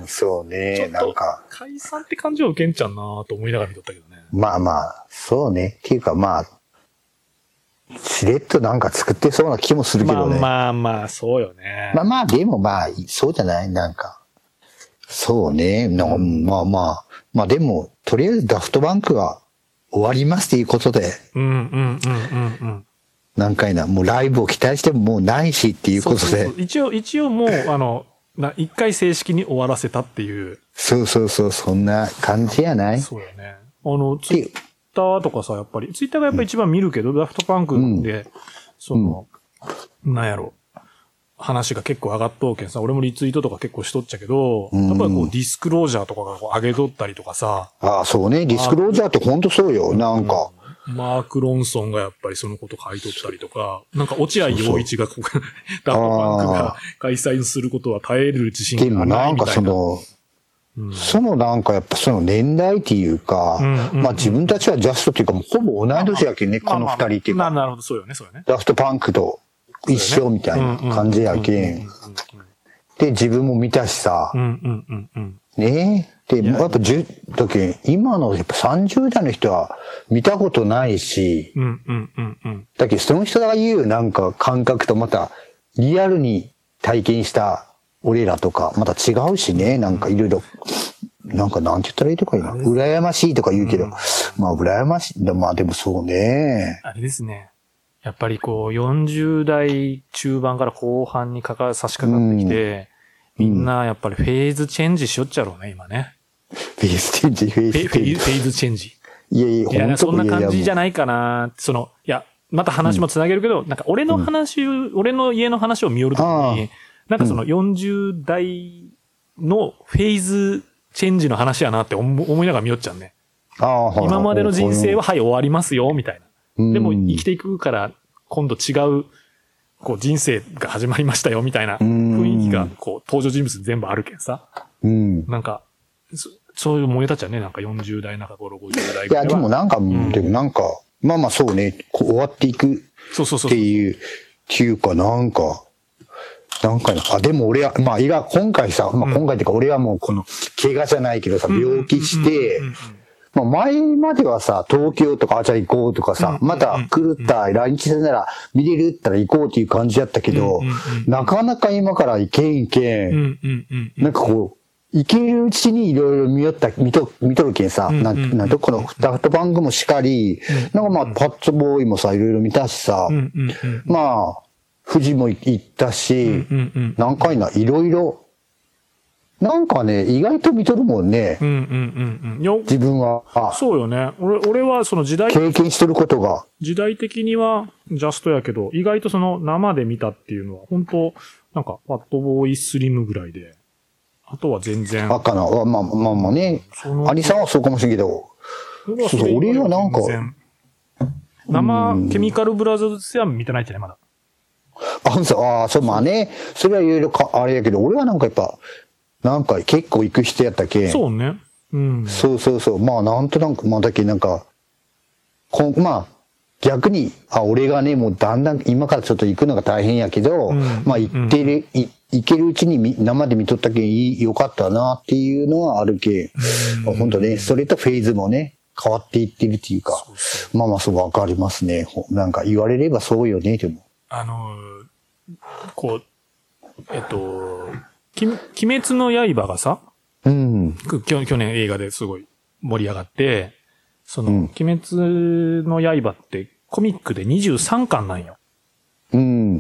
そうね、なんか。 解散って感じは受けんちゃんなと思いながら見とったけどね。 まあまあ、そうね。っていうかまあ、しれっとなんか作ってそうな気もするけどね。 まあまあまあ、そうよね。 まあまあ、でもまあ、そうじゃないなんか。そうね。の、うん、まあまあ。まあでも、とりあえずダフトバンクが終わりますっていうことで。 うんうんうんうんうん。 何回な、もうライブを期待してももうないしっていうことで。そうそうそう一応、一応もう、あの、な、一回正式に終わらせたっていう。 そうそうそう、そんな感じやない？ そうよね。あの、ツイッターとかさ、やっぱり、ツイッターがやっぱり一番見るけど、うん、ダフトパンクで、うん、その、うん、なんやろ、話が結構上がっとうけんさ、俺もリツイートとか結構しとっちゃけど、うん、やっぱりこうディスクロージャーとかがこう上げとったりとかさ。 ああ、そうね、ディスクロージャーってほんとそうよ、なんか。 うん、マーク・ロンソンがやっぱりそのこと書いとったりとか、なんか落合陽一がこう、ダフトパンクが開催することは耐える自信がないみたいな。でもなんかその、うん、そのなんかやっぱその年代っていうか、うんうんうん、まあ自分たちはジャストっていうかもうほぼ同い年やけんね、まあまあ、この二人っていうか。 なるほど、そうよね、そうよね。 ダフトパンクと一緒みたいな感じやけん。で、自分も見たしさ。うんうんうんうん、ねえ。で、やっぱじゅう、だけ今のやっぱさんじゅう代の人は見たことないし、うんうんうんうん、だけどその人が言うなんか感覚とまたリアルに体験した俺らとか、また違うしね、なんかいろいろ、なんかなんて言ったらいいとかいいな。羨ましいとか言うけど、うん、まあ羨ましい。まあでもそうね。 あれですね。やっぱりこうよんじゅう代中盤から後半にかか、差し掛かってきて、うん、みんなやっぱりフェーズチェンジしよっちゃろうね、今ね。 フェーズチェンジ、フェーズチェンジ。 フェーズチェンジ。 いやいや、 いや、そんな感じじゃないかな。その、いや、また話もつなげるけど、うん、なんか俺の話、うん、俺の家の話を見よるときに、なんかそのよんじゅう代のフェーズチェンジの話やなって思いながら見よっちゃうね。あ今までの人生ははい終わりますよ、みたいな。でも生きていくから今度違うこう人生が始まりましたよ、みたいな雰囲気がこう登場人物に全部あるけんさ。なんか、そそういう思い立っちゃうね。なんかよんじゅう代中頃、ごじゅう代ぐらいは。 いや、でもなんか、うん、でもなんか、まあまあそうね、こう終わっていくっていう、そうそうそう。っていうかなんか、なんかあ、でも俺は、まあ、いや、今回さ、まあ今回っていうか俺はもうこの、怪我じゃないけどさ、病気して、まあ前まではさ、東京とかあちゃ行こうとかさ、また来るった来日するなら見れるったら行こうっていう感じだったけど、なかなか今から行けんけん、なんかこう、行けるうちにいろいろ見よった、見と、見とるけんさ、なん、なんとこのダフトバンクもしかり、なんかまあパッツボーイもさ、いろいろ見たしさ、まあ、富士も行ったし、何回な、いろいろ、なんかね、意外と見とるもんね。うんうんうんうん、自分は。 そうよね。俺、俺はその時代。 経験してることが。 時代的にはジャストやけど、意外とその生で見たっていうのは、本当なんか、ファットボーイスリムぐらいで。あとは全然。 あかな。まあまあまあね。アリさんはそうかもしれんけど。そうそう、俺はなんか。 生、ケミカルブラザーズは見てないってね、まだ。 あ、そう、ああ、そう、まあね。それはいろいろか、あれやけど、俺はなんかやっぱ、なんか結構行く人やったけ。 そうね。 うん。 そうそうそう。まあなんとなく、まあだけなんか、こまあ逆に、あ、俺がね、もうだんだん今からちょっと行くのが大変やけど、 うん、 まあ行ってる、い行けるうちに生で見とったけんいいよかったなっていうのはあるけん、うん、本当ね、それとフェーズもね、変わっていってるっていうか、そうそうまあまあそうわかりますね。なんか言われればそうよね、でも。 あのー、こう、えっと、き鬼滅の刃がさ、 うん。 去去年映画ですごい盛り上がって、その、うん、鬼滅の刃ってコミックでにじゅうさんかんなんよ。 うん。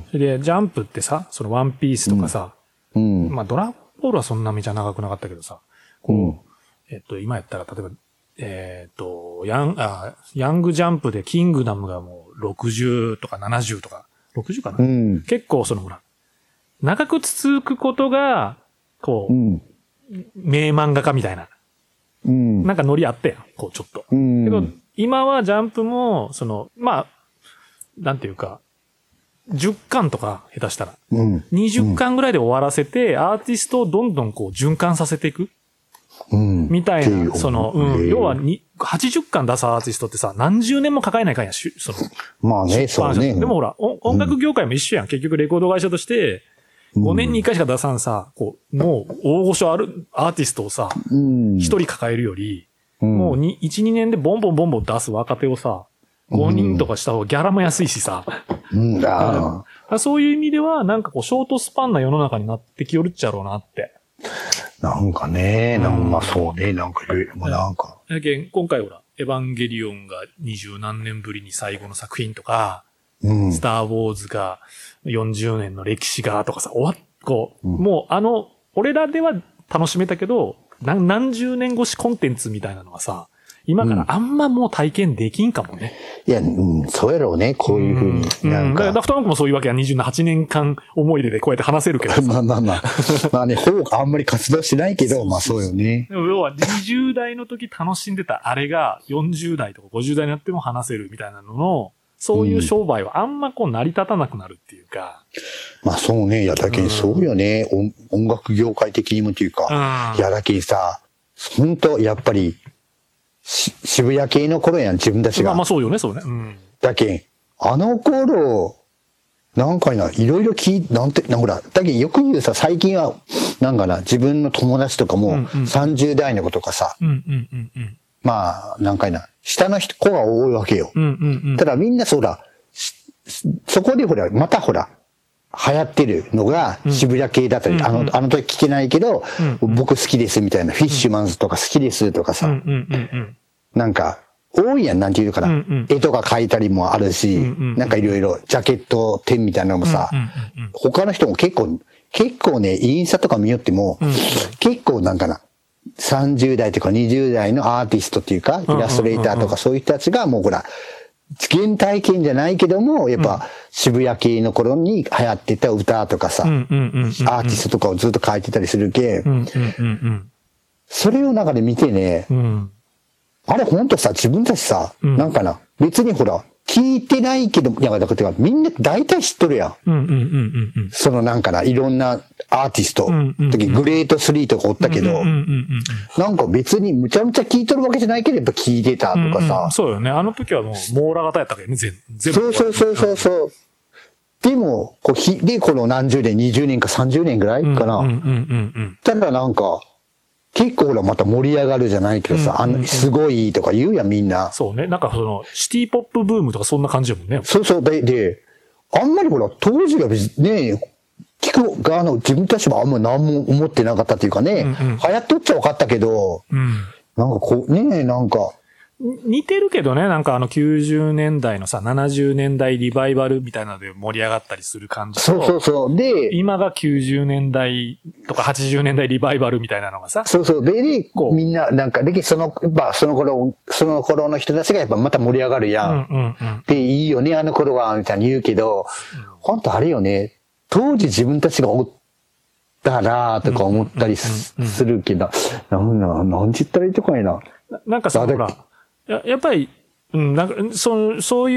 それで、ジャンプってさ、そのワンピースとかさ、 うん。 まあドラゴンボールはそんなめちゃ長くなかったけどさ、こう、うん、えっと、今やったら、例えば、えっと、ヤン、あ、ヤングジャンプでキングダムがもうろくじゅうとかななじゅうとか、ろくじゅうかな、うん、結構そのほら、長く続くことが、こう、うん、名漫画家みたいな。 うん、 なんかノリあったやん、こうちょっと。 うん、 けど、今はジャンプも、その、まあ、なんていうか、じゅっかんとか下手したら、 うん、 にじゅっかんぐらいで終わらせて、アーティストをどんどんこう循環させていく。 うん、 みたいな、その、うん、要はに、はちじゅっかん出すアーティストってさ、何十年も抱えないかんや、その。 まあね、そうね。 でもほら、音楽業界も一緒やん。結局レコード会社として、ごねんにいっかいしか出さんさ、こう、もう大御所あるアーティストをさ、一、うん、人抱えるより、うん、もうにいち、にねんでボンボンボンボン出す若手をさ、ごにんとかした方がギャラも安いしさ。 うん、だそういう意味では、なんかこう、ショートスパンな世の中になってきよるっちゃろうなって。 なんかね、なんかそうね、なんか、もうなんか。 だけん今回ほら、エヴァンゲリオンが二十何年ぶりに最後の作品とか、うん、スターウォーズがよんじゅうねんの歴史がとかさ、終わっ、こう、うん、もうあの、俺らでは楽しめたけど、何、何十年越しコンテンツみたいなのはさ、今からあんまもう体験できんかもね。 うん、いや、うん、そうやろうね、こういうふうに。 うん、なんか。ダフトナンクもそういうわけはにじゅうはちねんかん思い出でこうやって話せるけどさ。 まあまあまあ。まあね、ほぼあんまり活動しないけど、まあそうよね。 でも要はにじゅう代の時楽しんでたあれがよんじゅう代とかごじゅう代になっても話せるみたいなのの、そういう商売はあんまこう成り立たなくなるっていうか。 うん、まあそうね、いやだけにそうよね、うん、音楽業界的にもっていうか、うん、いやだけにさ、本当やっぱり、し渋谷系の頃やん、自分たちが。 まあまあそうよね、そうね。うん、 だけあの頃、なんかな、いろいろ聞い、なんて、なんほら、だけよく言うさ、最近は、なんかな、自分の友達とかも、さんじゅう代の子とかさ、 うんうんうんうん、 まあ、なんかいな、下の人、子が多いわけよ。 うんうんうん、 ただみんなそうだ、そこでほら、またほら、流行ってるのが渋谷系だったり、うん、あの、あの時聞けないけど、うん、僕好きですみたいな、フィッシュマンズとか好きですとかさ、 うんうんうんうん、 なんか、多いやん、なんていうかな、うんうん、絵とか描いたりもあるし、うんうんうん、なんかいろいろ、ジャケット展みたいなのもさ、うんうんうん、他の人も結構、結構ね、インスタとか見よっても、うん、結構なんかな、さんじゅう代とかにじゅう代のアーティストっていうか、イラストレーターとかそういう人たちがもうほら、原体験じゃないけども、やっぱ渋谷系の頃に流行ってた歌とかさ、アーティストとかをずっと書いてたりするけ、それを中で見てね、 うん、 あれほんとさ、自分たちさ、うん、なんかな、別にほら、聞いてないけど、いや、だから、みんな大体知っとるやん。そのなんかな、いろんなアーティスト、うんうんうん、時グレートスリーとかおったけど、なんか別にむちゃむちゃ聞いとるわけじゃないけど、やっぱ聞いてたとかさ。 うんうん、そうよね。あの時はもう、網羅型やったけどね、全部。 そうそうそうそうそう。でも、こうひ、で、この何十年、にじゅうねんかさんじゅうねんぐらいかな。ただなんか、結構ほらまた盛り上がるじゃないけどさ、うんうんうん、あの、すごいとか言うやんみんな。 そうね。なんかその、シティポップブームとかそんな感じやもんね。 そうそう。で、で、あんまりほら、当時は別にね、聞く側の自分たちもあんま何も思ってなかったっていうかね、うんうん、流行っとっちゃ分かったけど、 うん、 なんかこう、ね、なんか、 似てるけどね、なんかあのきゅうじゅうねんだいのさ、ななじゅうねんだいリバイバルみたいなので盛り上がったりする感じと。 そうそうそう。で、 今がきゅうじゅうねんだいとかはちじゅうねんだいリバイバルみたいなのがさ。 そうそう。で、こうみんな、なんか、で、その、まあ、その頃、その頃の人たちがやっぱまた盛り上がるやん。 うんうんうん、 で、いいよね、あの頃は、みたいに言うけど、ほんとあれよね、当時自分たちがおったら、とか思ったりするけど、なんな、なんて言ったらいいとかいな。 な, なんかさ、ほら、や, やっぱり、うん、なんか、そ、そういう、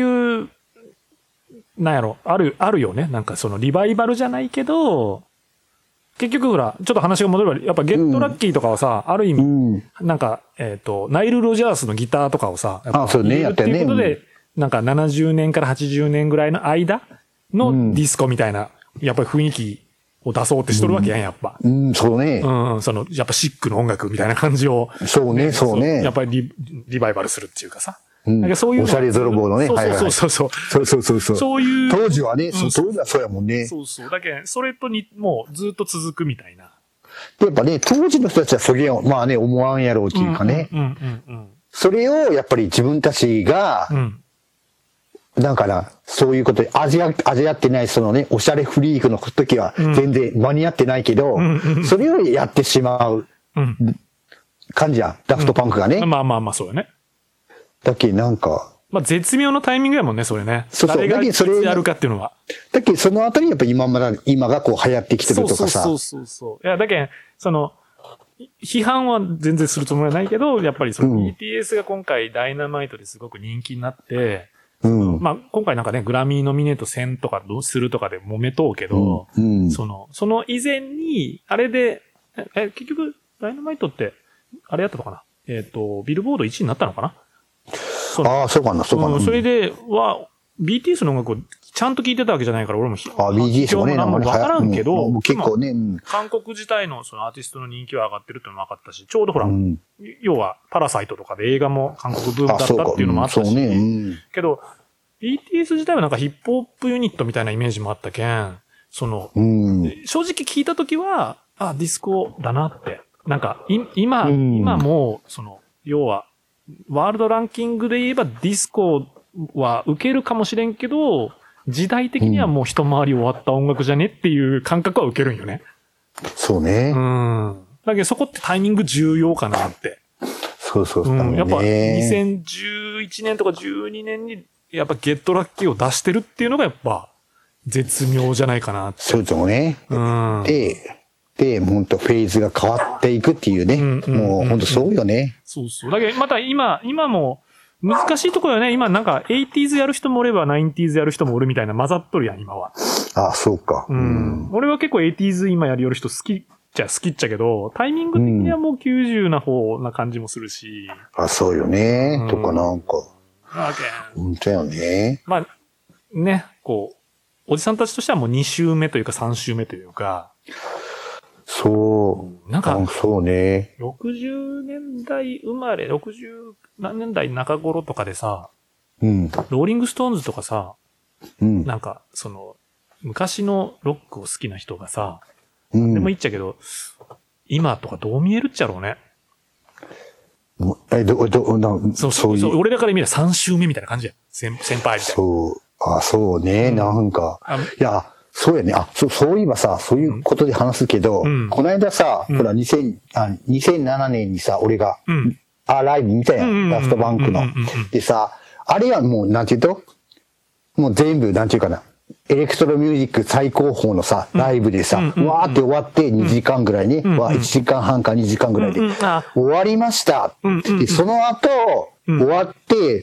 なんやろ、ある、あるよね。なんかそのリバイバルじゃないけど、 結局ほら、ちょっと話が戻れば、やっぱゲットラッキーとかはさ、うん、ある意味、うん、なんか、えっ、ー、と、ナイル・ロジャースのギターとかをさ、やっぱあ、そうね、やったよね。 っていうことで、なんかななじゅうねんからはちじゅうねんぐらいの間のディスコみたいな、やっぱり雰囲気を出そうってしとるわけやん、やっぱ。 うん、うん、そうね。 うん、その、やっぱシックの音楽みたいな感じを。 そうね、そうね。 やっぱりリ、リバイバルするっていうかさ。 うん、なんかそういうおしゃれ泥棒のね。 そうそうそうそう。 そうそうそうそう。 そういう。 当時はね、そう、当時はそうやもんね。 そうそう。だけど、それとに、もうずっと続くみたいな。 やっぱね、当時の人たちはそれを、まあね、思わんやろうっていうかね。 うんうんうんうん、それをやっぱり自分たちが、うん、だから、そういうことで、味わ、味わってないそのね、おしゃれフリークの時は全然間に合ってないけど、うんうん、それをやってしまう感じやん、ダフトパンクがね。 うん、まあまあまあ、そうよね。 だけどなんか。 まあ絶妙のタイミングやもんね、それね。そうそう。誰がいつやるかっていうのは。 だけどそのあたりやっぱ今まだ、今がこう流行ってきてるとかさ。 そうそうそう。いや、だけど、その、批判は全然するつもりはないけど、やっぱりその ビーティーエス が今回ダイナマイトですごく人気になって、うん、まあ今回なんかね、グラミーノミネートせんとかどうするとかで揉めとうけど、うんうん、その、その以前に、あれで、え、結局、ダイナマイトって、あれやったのかなえっ、ー、と、ビルボードいちいになったのかなああ、そうかな、そうかな。 うん、それで、は、ビーティーエス の音楽をちゃんと聴いてたわけじゃないから、俺も、 ああ、ビーティーエス もね、 なんもわからんけど、 もう結構ね、 韓国自体のそのアーティストの人気は上がってるっていうのも分かったし、ちょうどほら、うん、要は、パラサイトとかで映画も韓国ブームだったっていうのもあったし、そうね、うん、けど、ビーティーエス 自体はなんかヒップホップユニットみたいなイメージもあったけん、その、うん、正直聞いたときは、あ、ディスコだなって。なんか、い今、うん、今も、その、要は、ワールドランキングで言えばディスコは受けるかもしれんけど、時代的にはもう一回り終わった音楽じゃねっていう感覚は受けるんよね。 そうね。 うん。だけどそこってタイミング重要かなって。 そうそうそう、 うん。やっぱにせんじゅういちねんとかじゅうにねんにやっぱゲットラッキーを出してるっていうのがやっぱ絶妙じゃないかなって。 そうそうね。うん。で、で、ほんとフェーズが変わっていくっていうね。うんうんうんうん、もうほんとそうよね。 そうそう。だけどまた今、今も難しいところよね。今なんかエイティーズやる人もおればナインティーズやる人もおるみたいな混ざっとるやん、今は。 ああ、そうか。 うん。うん、俺は結構エイティーズ今やりよる人好きっちゃ好きっちゃけど、タイミング的にはもうきゅうじゅうな方な感じもするし。 うん、あ、そうよね。うん、とかなんか。 あけん。ほんとやね。 まあ、ね、こう、おじさんたちとしてはもうに週目というかさん週目というか。 そう。 なんか、 そうね。 ろくじゅうねんだい生まれ、ろくじゅう何年代中頃とかでさ、うん。ローリングストーンズとかさ、うん。なんか、その、昔のロックを好きな人がさ、うん。でも言っちゃうけど、今とかどう見えるっちゃろうね。 え、ど、ど、なそうそうそう。俺らから見ればさん週目みたいな感じや。先、先輩みたいな。 そう。あ、そうね。うん、なんか。いや、そうやね。あ、そう、そういえばさ、そういうことで話すけど、うん、この間さ、うん、ほら、にせん、あ、にせんななねんにさ、俺が、うん、あ、ライブ見たやん。ダフトバンクの。でさ、あれはもう、なんていうともう全部、なんていうかな。エレクトロミュージック最高峰のさ、ライブでさ、うん、わーって終わってにじかんぐらいね、うん、わいちじかんはんかにじかんぐらいで、うん、終わりました。うん、で、その後、うん、終わって、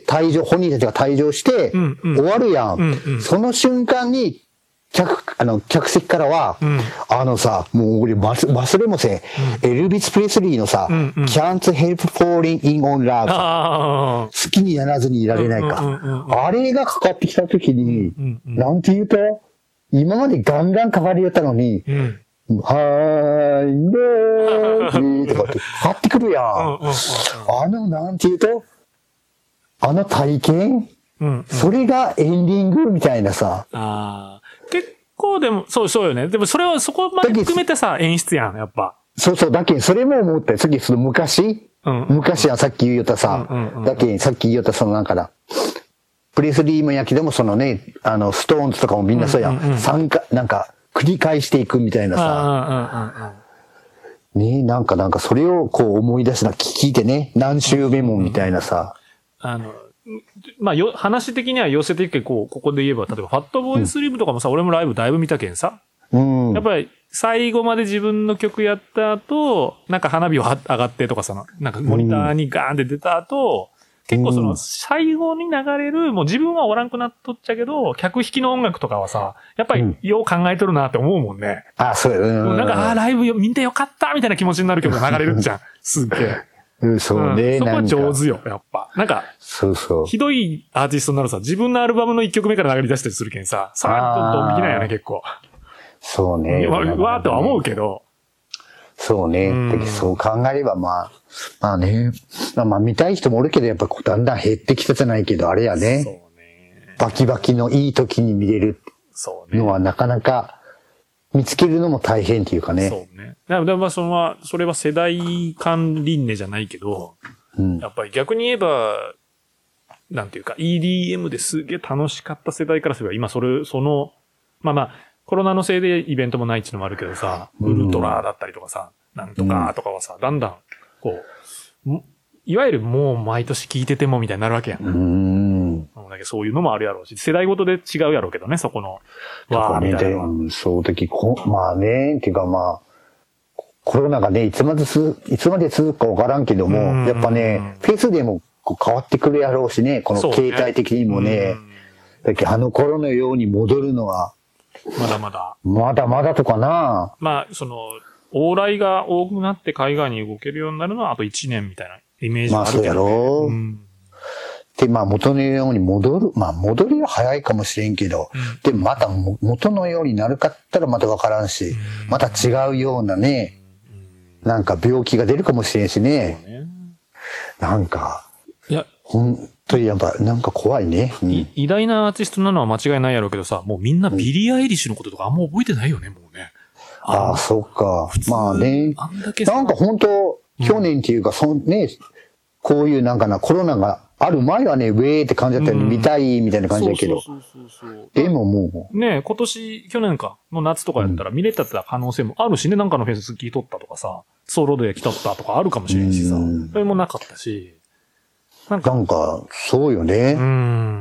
退場、本人たちが退場して、うんうん、終わるやん。うんうん、その瞬間に、客、あの、客席からは、うん、あのさ、もう俺忘れもせ、うん、エルビス・プレスリーのさ、うんうん、Can't Help Falling in on Love 好きにならずにいられないか。うんうんうんうん、あれがかかってきたときに、うんうん、なんて言うと、今までガンガンかかりよったのに、うん、はーい、でーとかってかかってくるやん。うんうんうんうん、あの、なんて言うと、あの体験、うんうん、それがエンディングみたいなさ。 あ結構でも、そうそうよね。でもそれはそこまで含めてさ、演出やん、やっぱ。 そうそう、だけどそれも思ったよ。さっきその昔、うんうん、昔はさっき言うたさ、うんうんうん、だけどさっき言うたそのなんかな、プレスリーもやきでもそのね、あの、ストーンズとかもみんなそうやん。うんうんうん、参加、なんか、繰り返していくみたいなさ。うんうんうんうん、ねなんかなんかそれをこう思い出しな、聞いてね、何週目もみたいなさ。 あの、まあ、よ、話的には寄せていくけど、こう、ここで言えば、例えば、ファットボーイスリーブとかもさ、うん、俺もライブだいぶ見たけんさ。うん。やっぱり、最後まで自分の曲やった後、なんか花火を上がってとかさ、なんかモニターにガーンって出た後、 結構その、最後に流れる、もう自分はおらんくなっとっちゃけど、客引きの音楽とかはさ、やっぱりよう考えとるなって思うもんね。 うん、あ、そうや、うん。 なんか、あライブ見てよかったみたいな気持ちになる曲が流れるじゃん。すっげえ。 うん、そうね、 うん。そこは上手よ、やっぱ。なんか、 そうそう。 ひどいアーティストになるさ、自分のアルバムの一曲目から流れ出したりするけんさ、それはちょっとドン引きなんよね、結構。 そうね。 わ、わーとは思うけど。 そうね。うん、そう考えればまあ、まあね。まあまあ見たい人もおるけど、やっぱだんだん減ってきたじゃないけど、あれやね。そうね。バキバキのいい時に見れるのはなかなか見つけるのも大変っていうかね。 そうね。だからまあその、それは世代間輪廻じゃないけど、うん、やっぱり逆に言えば、なんていうか イーディーエム ですげえ楽しかった世代からすれば、今それ、その、まあまあ、コロナのせいでイベントもないっていうのもあるけどさ、ウルトラだったりとかさ、なんとかとかはさ、だんだん、こう、いわゆるもう毎年聞いててもみたいになるわけやん。うん。だけどそういうのもあるやろうし、世代ごとで違うやろうけどね、そこの。 わあ、みたいな。そう的、まあね、っていうかまあ、コロナがね、いつまでつ、いつまで続くかわからんけども、やっぱね、ペースでも変わってくるやろうしね、この携帯的にもね、だけどあの頃のように戻るのは、 まだまだ。 まだまだとかな。 まあ、その、往来が多くなって海外に動けるようになるのはあといちねんみたいなイメージがあるけど、ね。まあそうやろう。うん、で、まあ元のように戻る。まあ戻りは早いかもしれんけど、うん、でもまた元のようになるかったらまたわからんし、うん、また違うようなね、うん、なんか病気が出るかもしれんしね。ねなんか、いや、本当にやっぱなんか怖いね、 うん、偉大なアーティストなのは間違いないやろうけどさ、もうみんなビリー・アイリッシュのこととかあんま覚えてないよね、もうね。 ああ、そっか。まあね。あんだけなんか本当、去年っていうか、そんね、こういうなんかな、コロナがある前はね、ウェーって感じだったよね、うん、見たいみたいな感じだけど。そうそうそうそう。でももう。ね今年、去年か、の夏とかやったら見れたって可能性もあるしね、なんかのフェス聞いとったとかさ、ソロで来とったとかあるかもしれんしさ、それもなかったし。 なんか、なんかそうよね。 うん。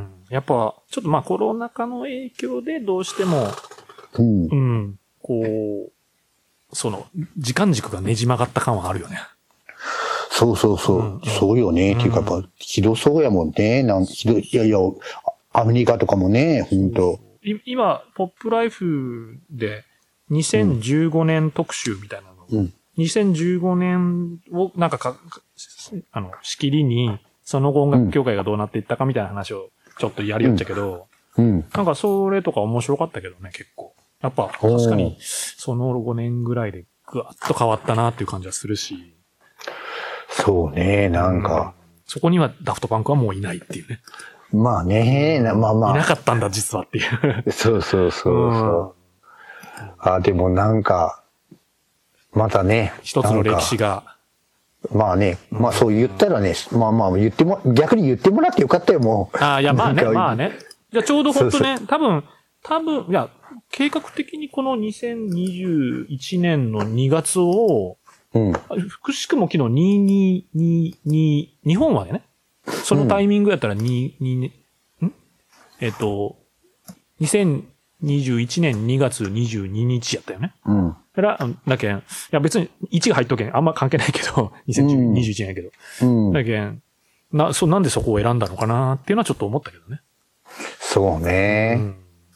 やっぱ、ちょっとまあコロナ禍の影響でどうしても、うん。うん。こう、その、時間軸がねじ曲がった感はあるよね。 そうそうそう。うん、そうよね。うん、っていうか、やっぱ、ひどそうやもんね。なんひどい、いやいや、アメリカとかもね、ほんと。 今、ポップライフで、にせんじゅうごねん特集みたいなのを、うん、にせんじゅうごねんを、なんかか、あの、しきりに、その後音楽協会がどうなっていったかみたいな話をちょっとやりよっちゃけど、うんうん、なんかそれとか面白かったけどね、結構。やっぱ、確かに、そのごねんぐらいでぐわっと変わったなっていう感じはするし。 そうね、なんか、うん。 そこにはダフトパンクはもういないっていうね。 まあね、まあまあ。 いなかったんだ、実はっていう。 そうそうそうそう。うん、あ、でもなんか、またね。 一つの歴史が。 まあね、まあそう言ったらね、まあまあ言っても、逆に言ってもらってよかったよ、もう。 ああ、いやまあね、まあね。じゃあちょうど本当ね、そうそう多分、多分、いや、計画的にこのにせんにじゅういちねんのにがつを、うん。くしくも昨日にせんにじゅうに、に、日本はね、そのタイミングやったらに、に、んえっと、にせんにじゅういちねんにがつにじゅうににちやったよね。うん。だから、だけん、いや別にいちが入っとけん、あんま関係ないけど、にせんにじゅういちねんやけど。うん。だけん、な、そう、なんでそこを選んだのかなっていうのはちょっと思ったけどね。 そうね。うん、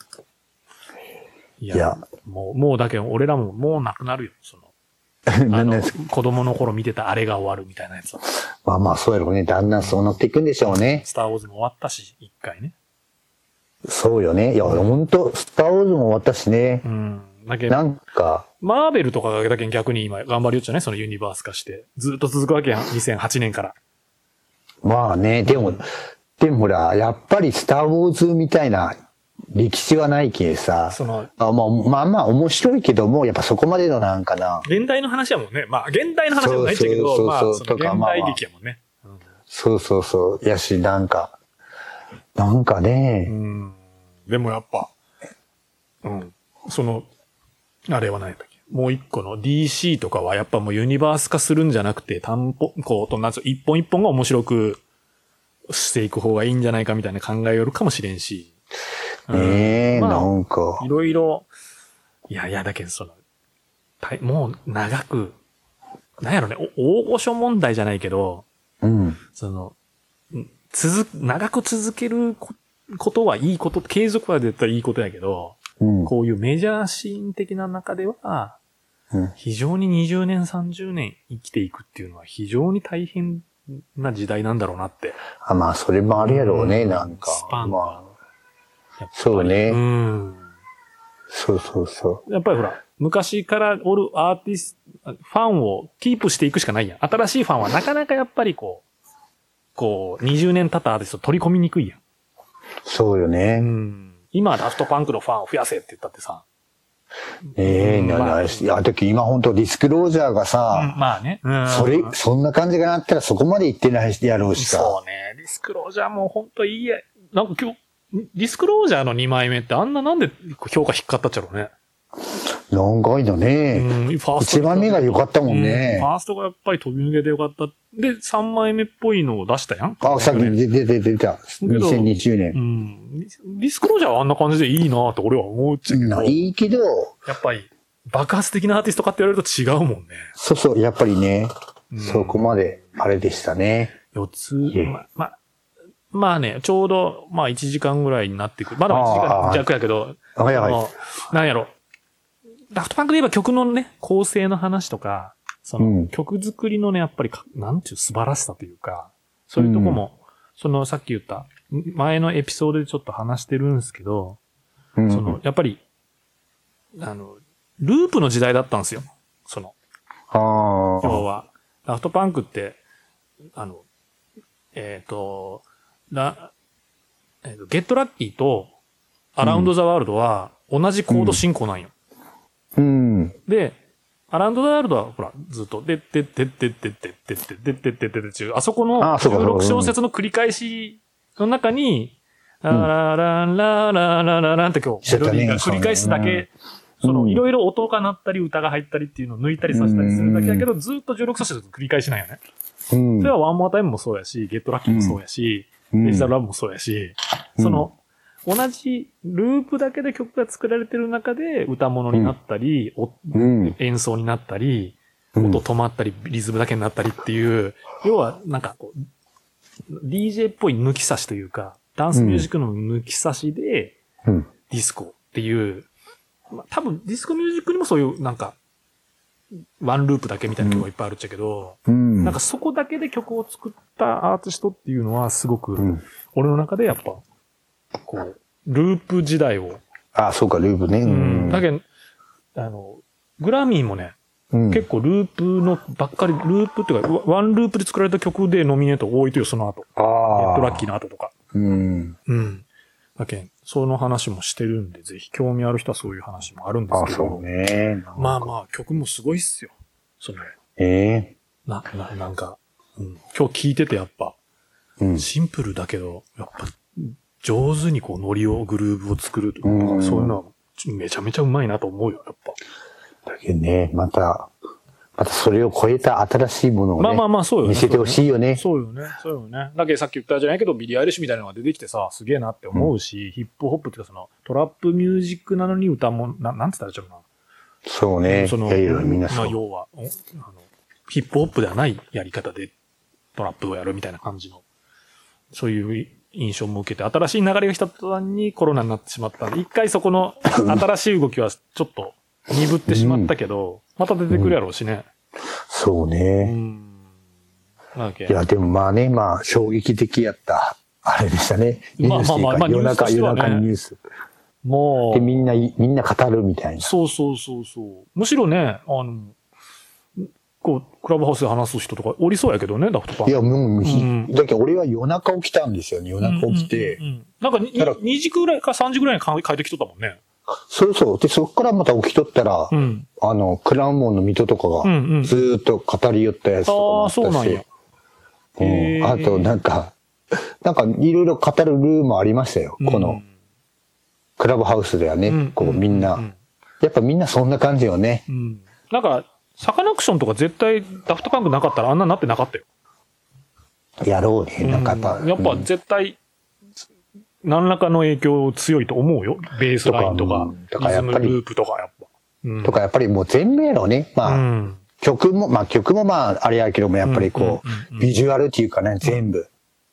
いや、いやもう、もうだけん、俺らももうなくなるよ、その。あの子供の頃見てたあれが終わるみたいなやつは。 まあまあそうやろうね。だんだんそうなっていくんでしょうね。 スターウォーズも終わったし、一回ね。 そうよね。いや、ほんと、スターウォーズも終わったしね。うん。だけなんか。 マーベルとかがだけ逆に今頑張りよっちゃね。そのユニバース化して。ずっと続くわけやん。にせんはちねんから。 まあね、でも、うん、でもほら、やっぱりスターウォーズみたいな歴史はないけさ。その、あまあまあまあ面白いけども、やっぱそこまでのなんかな。 現代の話やもんね。まあ現代の話はないっちゃけど、まあその現代劇やもんね。 まあまあ、そうそうそう。やし、なんか、なんかね。 うん。でもやっぱ、うん。その、あれは何やったっけ。もう一個の ディーシー とかはやっぱもうユニバース化するんじゃなくて、単本、こう、となんつう、一本一本が面白くしていく方がいいんじゃないかみたいな考えよるかもしれんし。 うん、ええーまあ、なんか。 いろいろ、いやいやだけどその、もう長く、なんやろね、大御所問題じゃないけど、うん。その、 続、長く続けることはいいこと、継続は絶対いいことやけど、うん、こういうメジャーシーン的な中では、うん、非常ににじゅうねん、さんじゅうねん生きていくっていうのは非常に大変な時代なんだろうなって。 あ、まあ、それもあるやろうね、うん、なんか。 スパンが。まあ、そうね。 うん。 そうそうそう。 やっぱりほら、昔からおるアーティスト、ファンをキープしていくしかないやん。新しいファンはなかなかやっぱりこう、こう、にじゅうねん経ったアーティスト取り込みにくいやん。 そうよね。 うん。今、ダフトパンクのファンを増やせって言ったってさ。 ええー、な、な、いや、だけど今本当ディスクロージャーがさ、 うん、まあね。うん。 それ、そんな感じがなったらそこまで行ってないやろうしさ。 そうね。ディスクロージャーも本当いいや。なんか今日、ディスクロージャーのにまいめってあんななんで評価低かったっちゃろうね。 長いのね。うん、ファースト。一番目が良かったもんね、 うん。ファーストがやっぱり飛び抜けて良かった。で、さんまいめっぽいのを出したやん。 あ、さっき出て出て出た。にせんにじゅうねん。 うん。ディスクロージャーはあんな感じでいいなと俺は思うっちゃけど。 いいけど。 やっぱり、爆発的なアーティストかって言われると違うもんね。 そうそう、やっぱりね。うん、そこまで、あれでしたね。 よっつ、ま、ま、まあね、ちょうど、まあいちじかんぐらいになってくる。まだいちじかん弱やけど、 はいはい。 なんやろ。ダフトパンクで言えば曲のね、構成の話とか、その、うん、曲作りのね、やっぱりか、なんていう素晴らしさというか、そういうとこも、うん、そのさっき言った、前のエピソードでちょっと話してるんですけど、うん、その、やっぱり、あの、ループの時代だったんですよ。その、要は、ダフトパンクって、あの、えっ、ー、と、ラ、えーと、ゲットラッキーとアラウンドザワールドは同じコード進行なんよ。 うん。 で、アラウンドザワールドはほら、ずっと、でってってってってってってってってってってってってあそこのじゅうろく小節の繰り返しの中に、ララランララララランって今日、メロディーが繰り返すだけ、その、いろいろ音が鳴ったり歌が入ったりっていうのを抜いたりさせたりするだけだけど、ずっとじゅうろく小節の繰り返しなんよね。うん、それはワンモアタイムもそうやし、ゲットラッキーもそうやし、うん、デジタルラブもそうやし、うん、その、同じループだけで曲が作られてる中で歌物になったり、うん、演奏になったり、音止まったり、リズムだけになったりっていう、要はなんかこう、ディージェー っぽい抜き差しというか、ダンスミュージックの抜き差しで、ディスコっていう、まあ、多分ディスコミュージックにもそういうなんか、ワンループだけみたいな曲がいっぱいあるっちゃけど、うん、なんかそこだけで曲を作ったアーティストっていうのはすごく、うん、俺の中でやっぱ、こう、ループ時代を。 ああ、そうか、ループね。 うん。だけど、あの、グラミーもね、うん、結構ループのばっかり、ループっていうか、ワンループで作られた曲でノミネート多いとよ、その後。ああ。ゲットラッキーの後とか。 うん。 うん。だけど、その話もしてるんで、ぜひ興味ある人はそういう話もあるんですけど。 あ、そうね。 まあまあ、曲もすごいっすよ。その。 ええー。な、な、なんか、うん、今日聞いててやっぱ、うん、シンプルだけど、やっぱ、上手にこうノリを、グルーブを作るとか、うん、そういうのはめちゃめちゃうまいなと思うよ、やっぱ。 だけどね、また、またそれを超えた新しいものをね、 まあまあまあそうよね、 見せてほしいよね。 そうよね。そうよね。だけどさっき言ったじゃないけど、ビリー・アイリッシュみたいなのが出てきてさ、すげえなって思うし、うん、ヒップホップっていうかその、トラップミュージックなのに歌も、ななんて言ったらいいんだろうな。 そうね。 その、 いやいやみんなそう。 まあ要は、あの、ヒップホップではないやり方でトラップをやるみたいな感じの、そういう印象も受けて、新しい流れが来た途端にコロナになってしまったんで、一回そこの新しい動きはちょっと鈍ってしまったけど、うん、また出てくるやろうしね。 うん、そうね。うん、なんいや、でもまあね、まあ、衝撃的やった、あれでしたね。 まあまあまあ、まあ、 夜中、夜中にニュース。 もう。 で、みんな、みんな語るみたいな。 そうそうそうそう。むしろね、あの、こう、クラブハウスで話す人とかおりそうやけどね、ダフトパンク。 いや、もう、うん、だけど俺は夜中起きたんですよね、夜中起きて。 うんうんうん、なんかに、にじぐらいかさんじぐらいに帰ってきとったもんね。 そうそう。で、そこからまた起きとったら、うん、あの、クラウンモンの水戸とかが、ずーっと語り寄ったやつとかもあったし。うんうん、ああ、そうなんや。うん、あと、なんか、なんか、いろいろ語るルームもありましたよ。うん、この、クラブハウスではね、うん、こう、みんな、うん。やっぱみんなそんな感じよね。 うん、なんか、サカナクションとか絶対ダフトパンクなかったらあんなになってなかったよ。 やろうね。なんかやっぱ。 うん、やっぱ絶対、何らかの影響強いと思うよ。ベースラインとか、とかリズムループとかやっぱ。 うん、とかやっぱりもう全面のね、まあ、うん、曲も、まあ曲もまああれやけどもやっぱりこう、ビジュアルっていうかね、全部。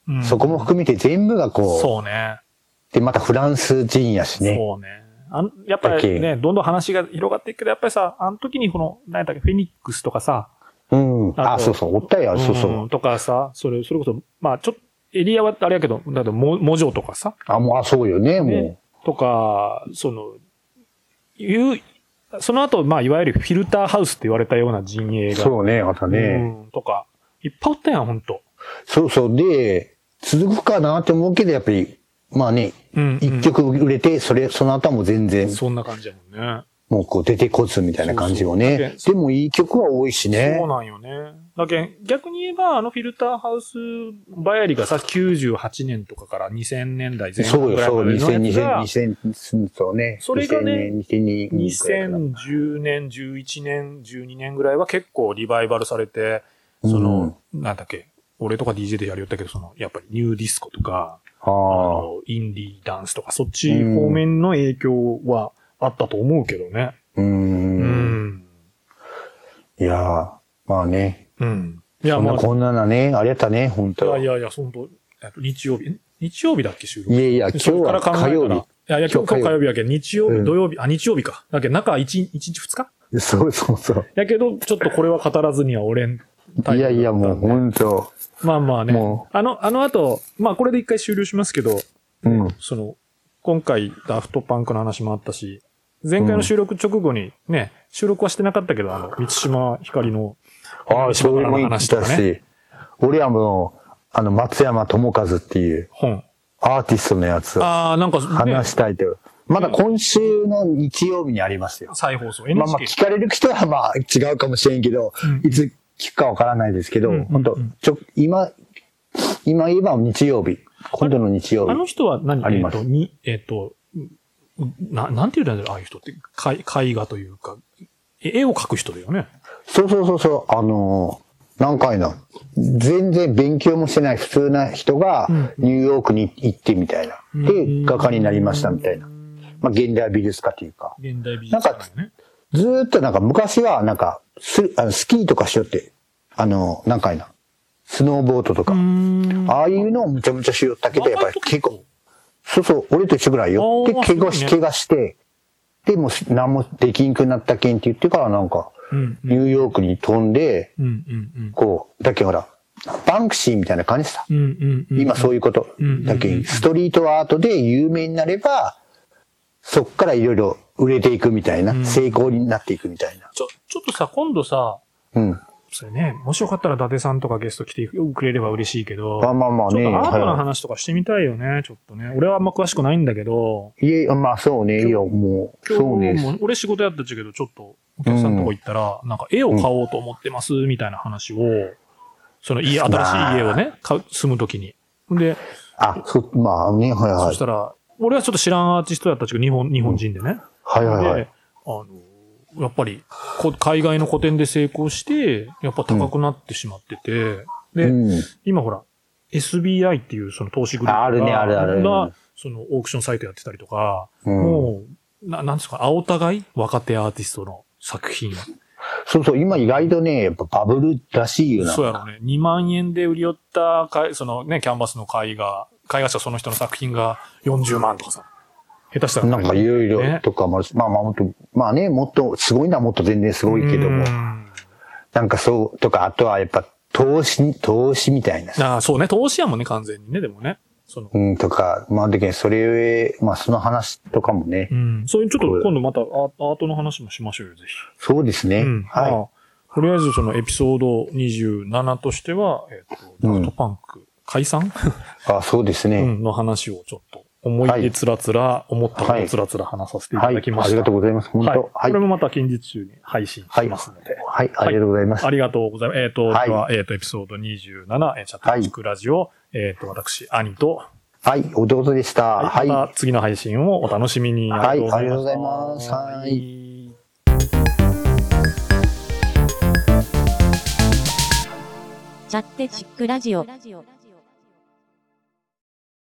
うん、 そこも含めて全部がこう。 そうね。 で、またフランス人やしね。 そうね。あんやっぱりね、どんどん話が広がっていくけど、やっぱりさ、あの時にこの、何だっけ、フェニックスとかさ。 うん。あ、そうそう、おったや、そうそう。 とかさ、それ、それこそ、まあちょっと、エリアはあれやけど、だってモモジョとかさ。 あ、もう、あ、そうよね、もう。ね、 とか、その、いう、その後、まあいわゆるフィルターハウスって言われたような陣営が。 そうね、またね。 うん、とか、いっぱいおったやん、ほんと。 そうそう。で、続くかなって思うけど、やっぱり、まあね、一、うんうん、曲売れて、それ、その後も全然。 そんな感じやもんね。 もうこう出てこずみたいな感じをね。そうそうでもいい曲は多いしね。 そうなんよね。だけ逆に言えば、あのフィルターハウスバヤリがさ、きゅうじゅうはちねんとかからにせんねんだいぜん半ぐらいまでのやつが。そうよ、そう、にせん、にせん、そうね。それがね、にせんじゅうねん、じゅういちねん、じゅうにねんぐらいは結構リバイバルされて、その、うん、なんだっけ、俺とか ディージェー でやりよったけど、その、やっぱりニューディスコとか、あのインディーダンスとか、そっち方面の影響は、あったと思うけどね。 うーん。うん。いやー、まあね。 うん。 いや、そんなこんななね、ありがとうね、本当。 いやいやいや、本当日曜日、日曜日だっけ、収録。 いやいや、今日は火曜日。いやいや、今日火曜日やけど、日曜日、うん、土曜日、あ、日曜日か。だけど、中いち、一日二日そうそうそう。 やけど、ちょっとこれは語らずにはおれん。 いやいや、もう本当。 まあまあね。あの、あの後、まあこれで一回終了しますけど、 うん。 その、今回、ダフトパンクの話もあったし、前回の収録直後にね、うん、収録はしてなかったけど、あの、満島ひかりの、 ああ、そういうの話とかね。俺はもう、あの、松山智和っていう、 本。 アーティストのやつを、 ああ、なんか、 話したいと。まだ今週の日曜日にありますよ。 再放送。 まあまあ、聞かれる人はまあ、違うかもしれんけど、うん、いつ聞くかわからないですけど、うん、本当ちょ、今、今言えば日曜日。今度の日曜日。 あの人は何あります。 えっと、に、えっと、な、なんて言うんだろう、ああいう人って。絵、絵画というか、絵を描く人だよね。 そうそうそうそう、あのー、何回な。全然勉強もしてない普通な人が、ニューヨークに行ってみたいな。うん、で、画家になりましたみたいな。まあ、現代美術家というか。 現代美術家、ね。 なんか、ずーっとなんか昔はなんか、ス、あのスキーとかしよって、あの、何回な。スノーボードとか。ああいうのをむちゃむちゃしよったけど、やっぱり結構。そうそう、俺と一緒ぐらいよ。で、怪我し、怪我して、で、もう何もできんくなったけんって言ってからなんか、うんうん、ニューヨークに飛んで、うんうんうん、こう、だけほら、バンクシーみたいな感じさ。うんうんうん、今そういうこと。うんうんうん、だけストリートアートで有名になれば、そっからいろいろ売れていくみたいな、うん、成功になっていくみたいな。 ちょ、ちょっとさ、今度さ、 うん。 それね、もしよかったら伊達さんとかゲスト来てくれれば嬉しいけど。 まあまあまあね。 ちょっとアートの話とかしてみたいよね、はい、ちょっとね。俺はあんま詳しくないんだけど。 いえ、まあそうね、いや、もう、そうね。 もう俺仕事やったっちゃけど、ちょっとお客さんとこ行ったら、うん、なんか絵を買おうと思ってます、みたいな話を、その家、新しい家をね、買う、住むときに。で、 あ、そ、まあね、はいはい。 そしたら、俺はちょっと知らんアーティストやったっちゃけど、日本、日本人でね。うん、 はいはいはい。 で、あの、やっぱり、海外の個展で成功して、やっぱ高くなってしまってて、うん、で、うん、今ほら、エスビーアイ っていうその投資グループが、 あるね、あるある。 そのオークションサイトやってたりとか、うん、もう、ななんですか、青互い若手アーティストの作品。 そうそう、今意外とね、やっぱバブルらしいよな。 そうやろね。にまんえんで売り寄った、そのね、キャンバスの絵画、絵画者その人の作品がよんじゅうまんとかさ。下手したら、 ね。なんかいろいろとかもあるし、ね、まあまあもっと、まあね、もっと、すごいのはもっと全然すごいけども。なんかそう、とか、あとはやっぱ投資、投資みたいな。 ああ、そうね。投資やもんね、完全にね、でもね。 その。うん、とか、まあでけん、それ、まあその話とかもね。 うん。そういう、ちょっと今度またアートの話もしましょうよ、ぜひ。 そうですね。うん、はい。まあ、とりあえずそのエピソードにじゅうななとしては、えっ、ー、と、ダフトパンク、解散あ、そうですね。 うん、の話をちょっと。思い出つらつら、はい、思ったことつらつら話させていただきました。はいはい、ありがとうございます。本当。はい。 これもまた近日中に配信しますので。 はい。はい、ありがとうございます。 ありがとうございます。えっ、ー、と、はい、では、えっ、ー、と、エピソードにじゅうなな、チャットチクラジオ、えっ、ー、と、私、兄と、 はい、弟でした。 はい。また次の配信をお楽しみに。 はい、ありがとうございます。はい。 チャッテチックラジオ。